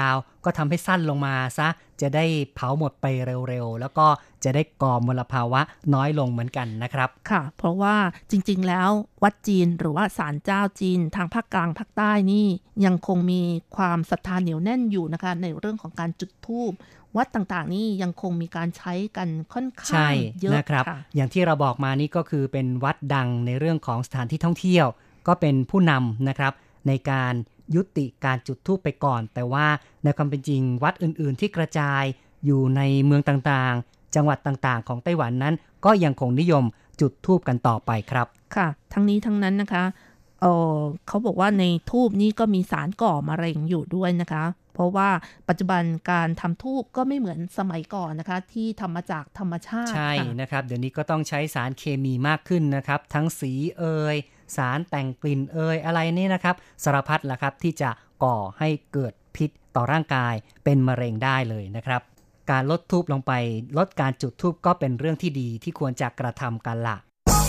ก็ทำให้สั้นลงมาซะจะได้เผาหมดไปเร็วๆแล้วก็จะได้ก่อมลภาวะน้อยลงเหมือนกันนะครับค่ะเพราะว่าจริงๆแล้ววัดจีนหรือว่าศาลเจ้าจีนทางภาคกลางภาคใต้นี่ยังคงมีความศรัทธาเหนียวแน่นอยู่นะคะในเรื่องของการจุดธูปวัดต่างๆนี่ยังคงมีการใช้กันค่อนข้างเยอะนะครับอย่างที่เราบอกมานี่ก็คือเป็นวัดดังในเรื่องของสถานที่ท่องเที่ยวก็เป็นผู้นำนะครับในการยุติการจุดธูปไปก่อนแต่ว่าในความเป็นจริงวัดอื่นๆที่กระจายอยู่ในเมืองต่างๆจังหวัดต่างๆของไต้หวันนั้นก็ยังคงนิยมจุดธูปกันต่อไปครับค่ะทั้งนี้ทั้งนั้นนะคะเขาบอกว่าในธูปนี้ก็มีสารก่อมะเร็งอยู่ด้วยนะคะเพราะว่าปัจจุบันการทำธูปก็ไม่เหมือนสมัยก่อนนะคะที่ทำมาจากธรรมชาติใช่นะครับเดี๋ยวนี้ก็ต้องใช้สารเคมีมากขึ้นนะครับทั้งสีสารแต่งกลิ่นอะไรนี่นะครับสารพัดละครับที่จะก่อให้เกิดพิษต่อร่างกายเป็นมะเร็งได้เลยนะครับการลดธูปลงไปลดการจุดธูปก็เป็นเรื่องที่ดีที่ควรจะกระทำกันละ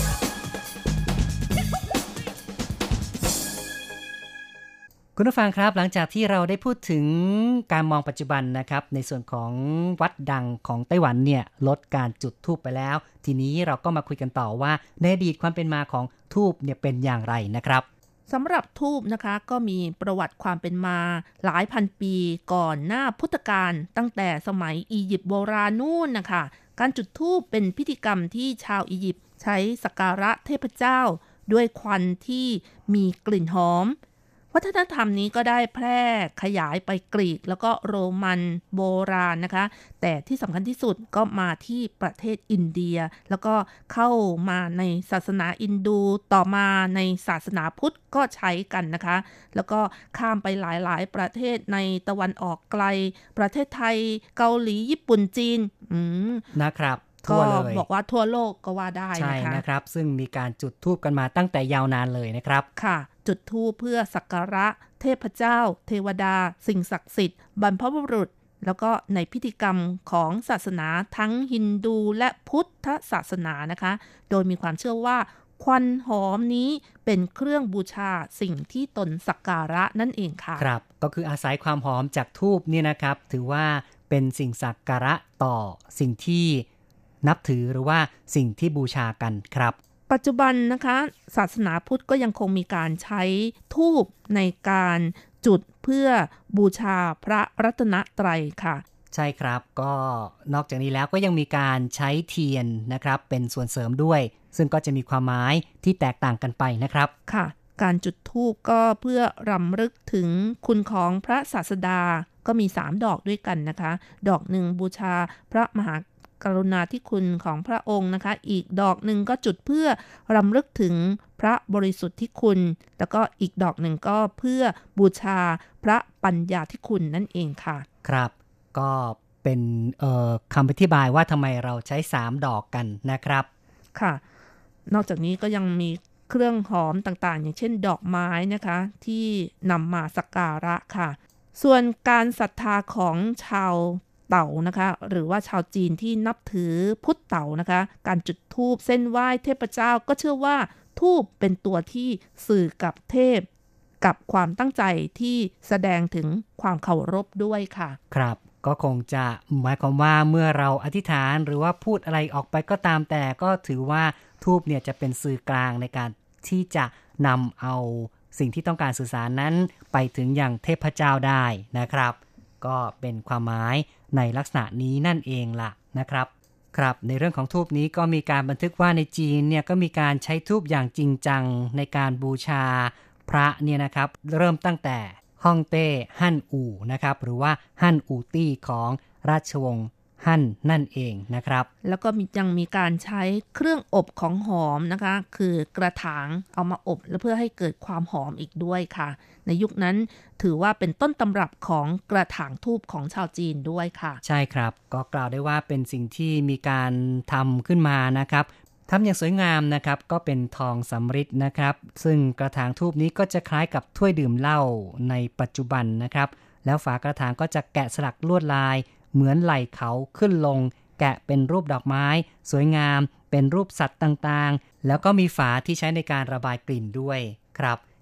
คุณผู้ฟังครับหลังจากที่เราได้พูดถึงการมองปัจจุบันนะครับในส่วนของวัดดังของไต้หวันเนี่ยลดการจุดธูปไปแล้วทีนี้เราก็มาคุยกันต่อว่าในอดีตความเป็นมาของธูปเนี่ยเป็นอย่างไรนะครับสำหรับธูปนะคะก็มีประวัติความเป็นมาหลายพันปีก่อนหน้าพุทธกาลตั้งแต่สมัยอียิปต์โบราณนู่นนะคะการจุดธูปเป็นพิธีกรรมที่ชาวอียิปต์ใช้สักการะเทพเจ้าด้วยควันที่มีกลิ่นหอมวัฒนธรรมนี้ก็ได้แพร่ขยายไปกรีกแล้วก็โรมันโบราณนะคะแต่ที่สำคัญที่สุดก็มาที่ประเทศอินเดียแล้วก็เข้ามาในศาสนาอินดูต่อมาในศาสนาพุทธก็ใช้กันนะคะแล้วก็ข้ามไปหลายๆประเทศในตะวันออกไกลประเทศไทยเกาหลีญี่ปุ่นจีนนะครับก็บอกว่าทั่วโลกก็ว่าได้นะคะใช่นะครับซึ่งมีการจุดธูปกันมาตั้งแต่ยาวนานเลยนะครับค่ะจุดธูปเพื่อสักการะเทพเจ้าเทวดาสิ่งศักดิ์สิทธิ์บรรพบุรุษแล้วก็ในพิธีกรรมของศาสนาทั้งฮินดูและพุทธศาสนานะคะโดยมีความเชื่อว่าควันหอมนี้เป็นเครื่องบูชาสิ่งที่ตนสักการะนั่นเองค่ะครับก็คืออาศัยความหอมจากธูปนี่นะครับถือว่าเป็นสิ่งสักการะต่อสิ่งที่นับถือหรือว่าสิ่งที่บูชากันครับปัจจุบันนะคะศาสนาพุทธก็ยังคงมีการใช้ธูปในการจุดเพื่อบูชาพระรัตนตรัยค่ะใช่ครับก็นอกจากนี้แล้วก็ยังมีการใช้เทียนนะครับเป็นส่วนเสริมด้วยซึ่งก็จะมีความหมายที่แตกต่างกันไปนะครับค่ะการจุดธูปก็เพื่อรำลึกถึงคุณของพระศาสดาก็มี3ดอกด้วยกันนะคะดอกหนึ่งบูชาพระมหากรุณาธิคุณของพระองค์นะคะอีกดอกหนึ่งก็จุดเพื่อรำลึกถึงพระบริสุทธิคุณแล้วก็อีกดอกหนึ่งก็เพื่อบูชาพระปัญญาธิคุณนั่นเองค่ะครับก็เป็นคำอธิบายว่าทำไมเราใช้3ดอกกันนะครับค่ะนอกจากนี้ก็ยังมีเครื่องหอมต่างๆอย่างเช่นดอกไม้นะคะที่นำมาสักการะค่ะส่วนการศรัทธาของชาวเต่านะคะหรือว่าชาวจีนที่นับถือพุทธเต่านะคะการจุดธูปเส้นไหว้เทพเจ้าก็เชื่อว่าธูปเป็นตัวที่สื่อกับเทพกับความตั้งใจที่แสดงถึงความเคารพด้วยค่ะครับก็คงจะหมายความว่าเมื่อเราอธิษฐานหรือว่าพูดอะไรออกไปก็ตามแต่ก็ถือว่าธูปเนี่ยจะเป็นสื่อกลางในการที่จะนำเอาสิ่งที่ต้องการสื่อสารนั้นไปถึงอย่างเทพเจ้าได้นะครับก็เป็นความหมายในลักษณะนี้นั่นเองล่ะนะครับครับในเรื่องของธูปนี้ก็มีการบันทึกว่าในจีนเนี่ยก็มีการใช้ธูปอย่างจริงจังในการบูชาพระเนี่ยนะครับเริ่มตั้งแต่ฮ่องเต้ฮั่นอู่นะครับหรือว่าฮั่นอู่ตี้ของราชวงศ์ฮั่นนั่นเองนะครับแล้วก็ยังมีการใช้เครื่องอบของหอมนะคะคือกระถางเอามาอบแล้วเพื่อให้เกิดความหอมอีกด้วยค่ะในยุคนั้นถือว่าเป็นต้นตำรับของกระถางธูปของชาวจีนด้วยค่ะใช่ครับก็กล่าวได้ว่าเป็นสิ่งที่มีการทำขึ้นมานะครับทำอย่างสวยงามนะครับก็เป็นทองสำริดนะครับซึ่งกระถางธูปนี้ก็จะคล้ายกับถ้วยดื่มเหล้าในปัจจุบันนะครับแล้วฝากระถางก็จะแกะสลักลวดลายเหมือนไหล่เขาขึ้นลงแกะเป็นรูปดอกไม้สวยงามเป็นรูปสัตว์ต่างๆแล้วก็มีฝาที่ใช้ในการระบายกลิ่นด้วยครับ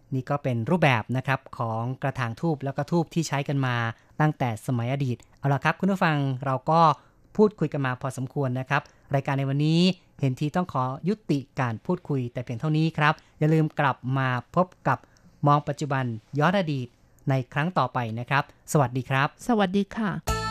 นี่ก็เป็นรูปแบบนะครับของกระถางทูบแล้วก็ทูบที่ใช้กันมาตั้งแต่สมัยอดีตเอาล่ะครับคุณผู้ฟังเราก็พูดคุยกันมาพอสมควรนะครับรายการในวันนี้เห็นทีต้องขอยุติการพูดคุยแต่เพียงเท่านี้ครับอย่าลืมกลับมาพบกับมองปัจจุบันย้อนอดีตในครั้งต่อไปนะครับสวัสดีครับสวัสดีค่ะ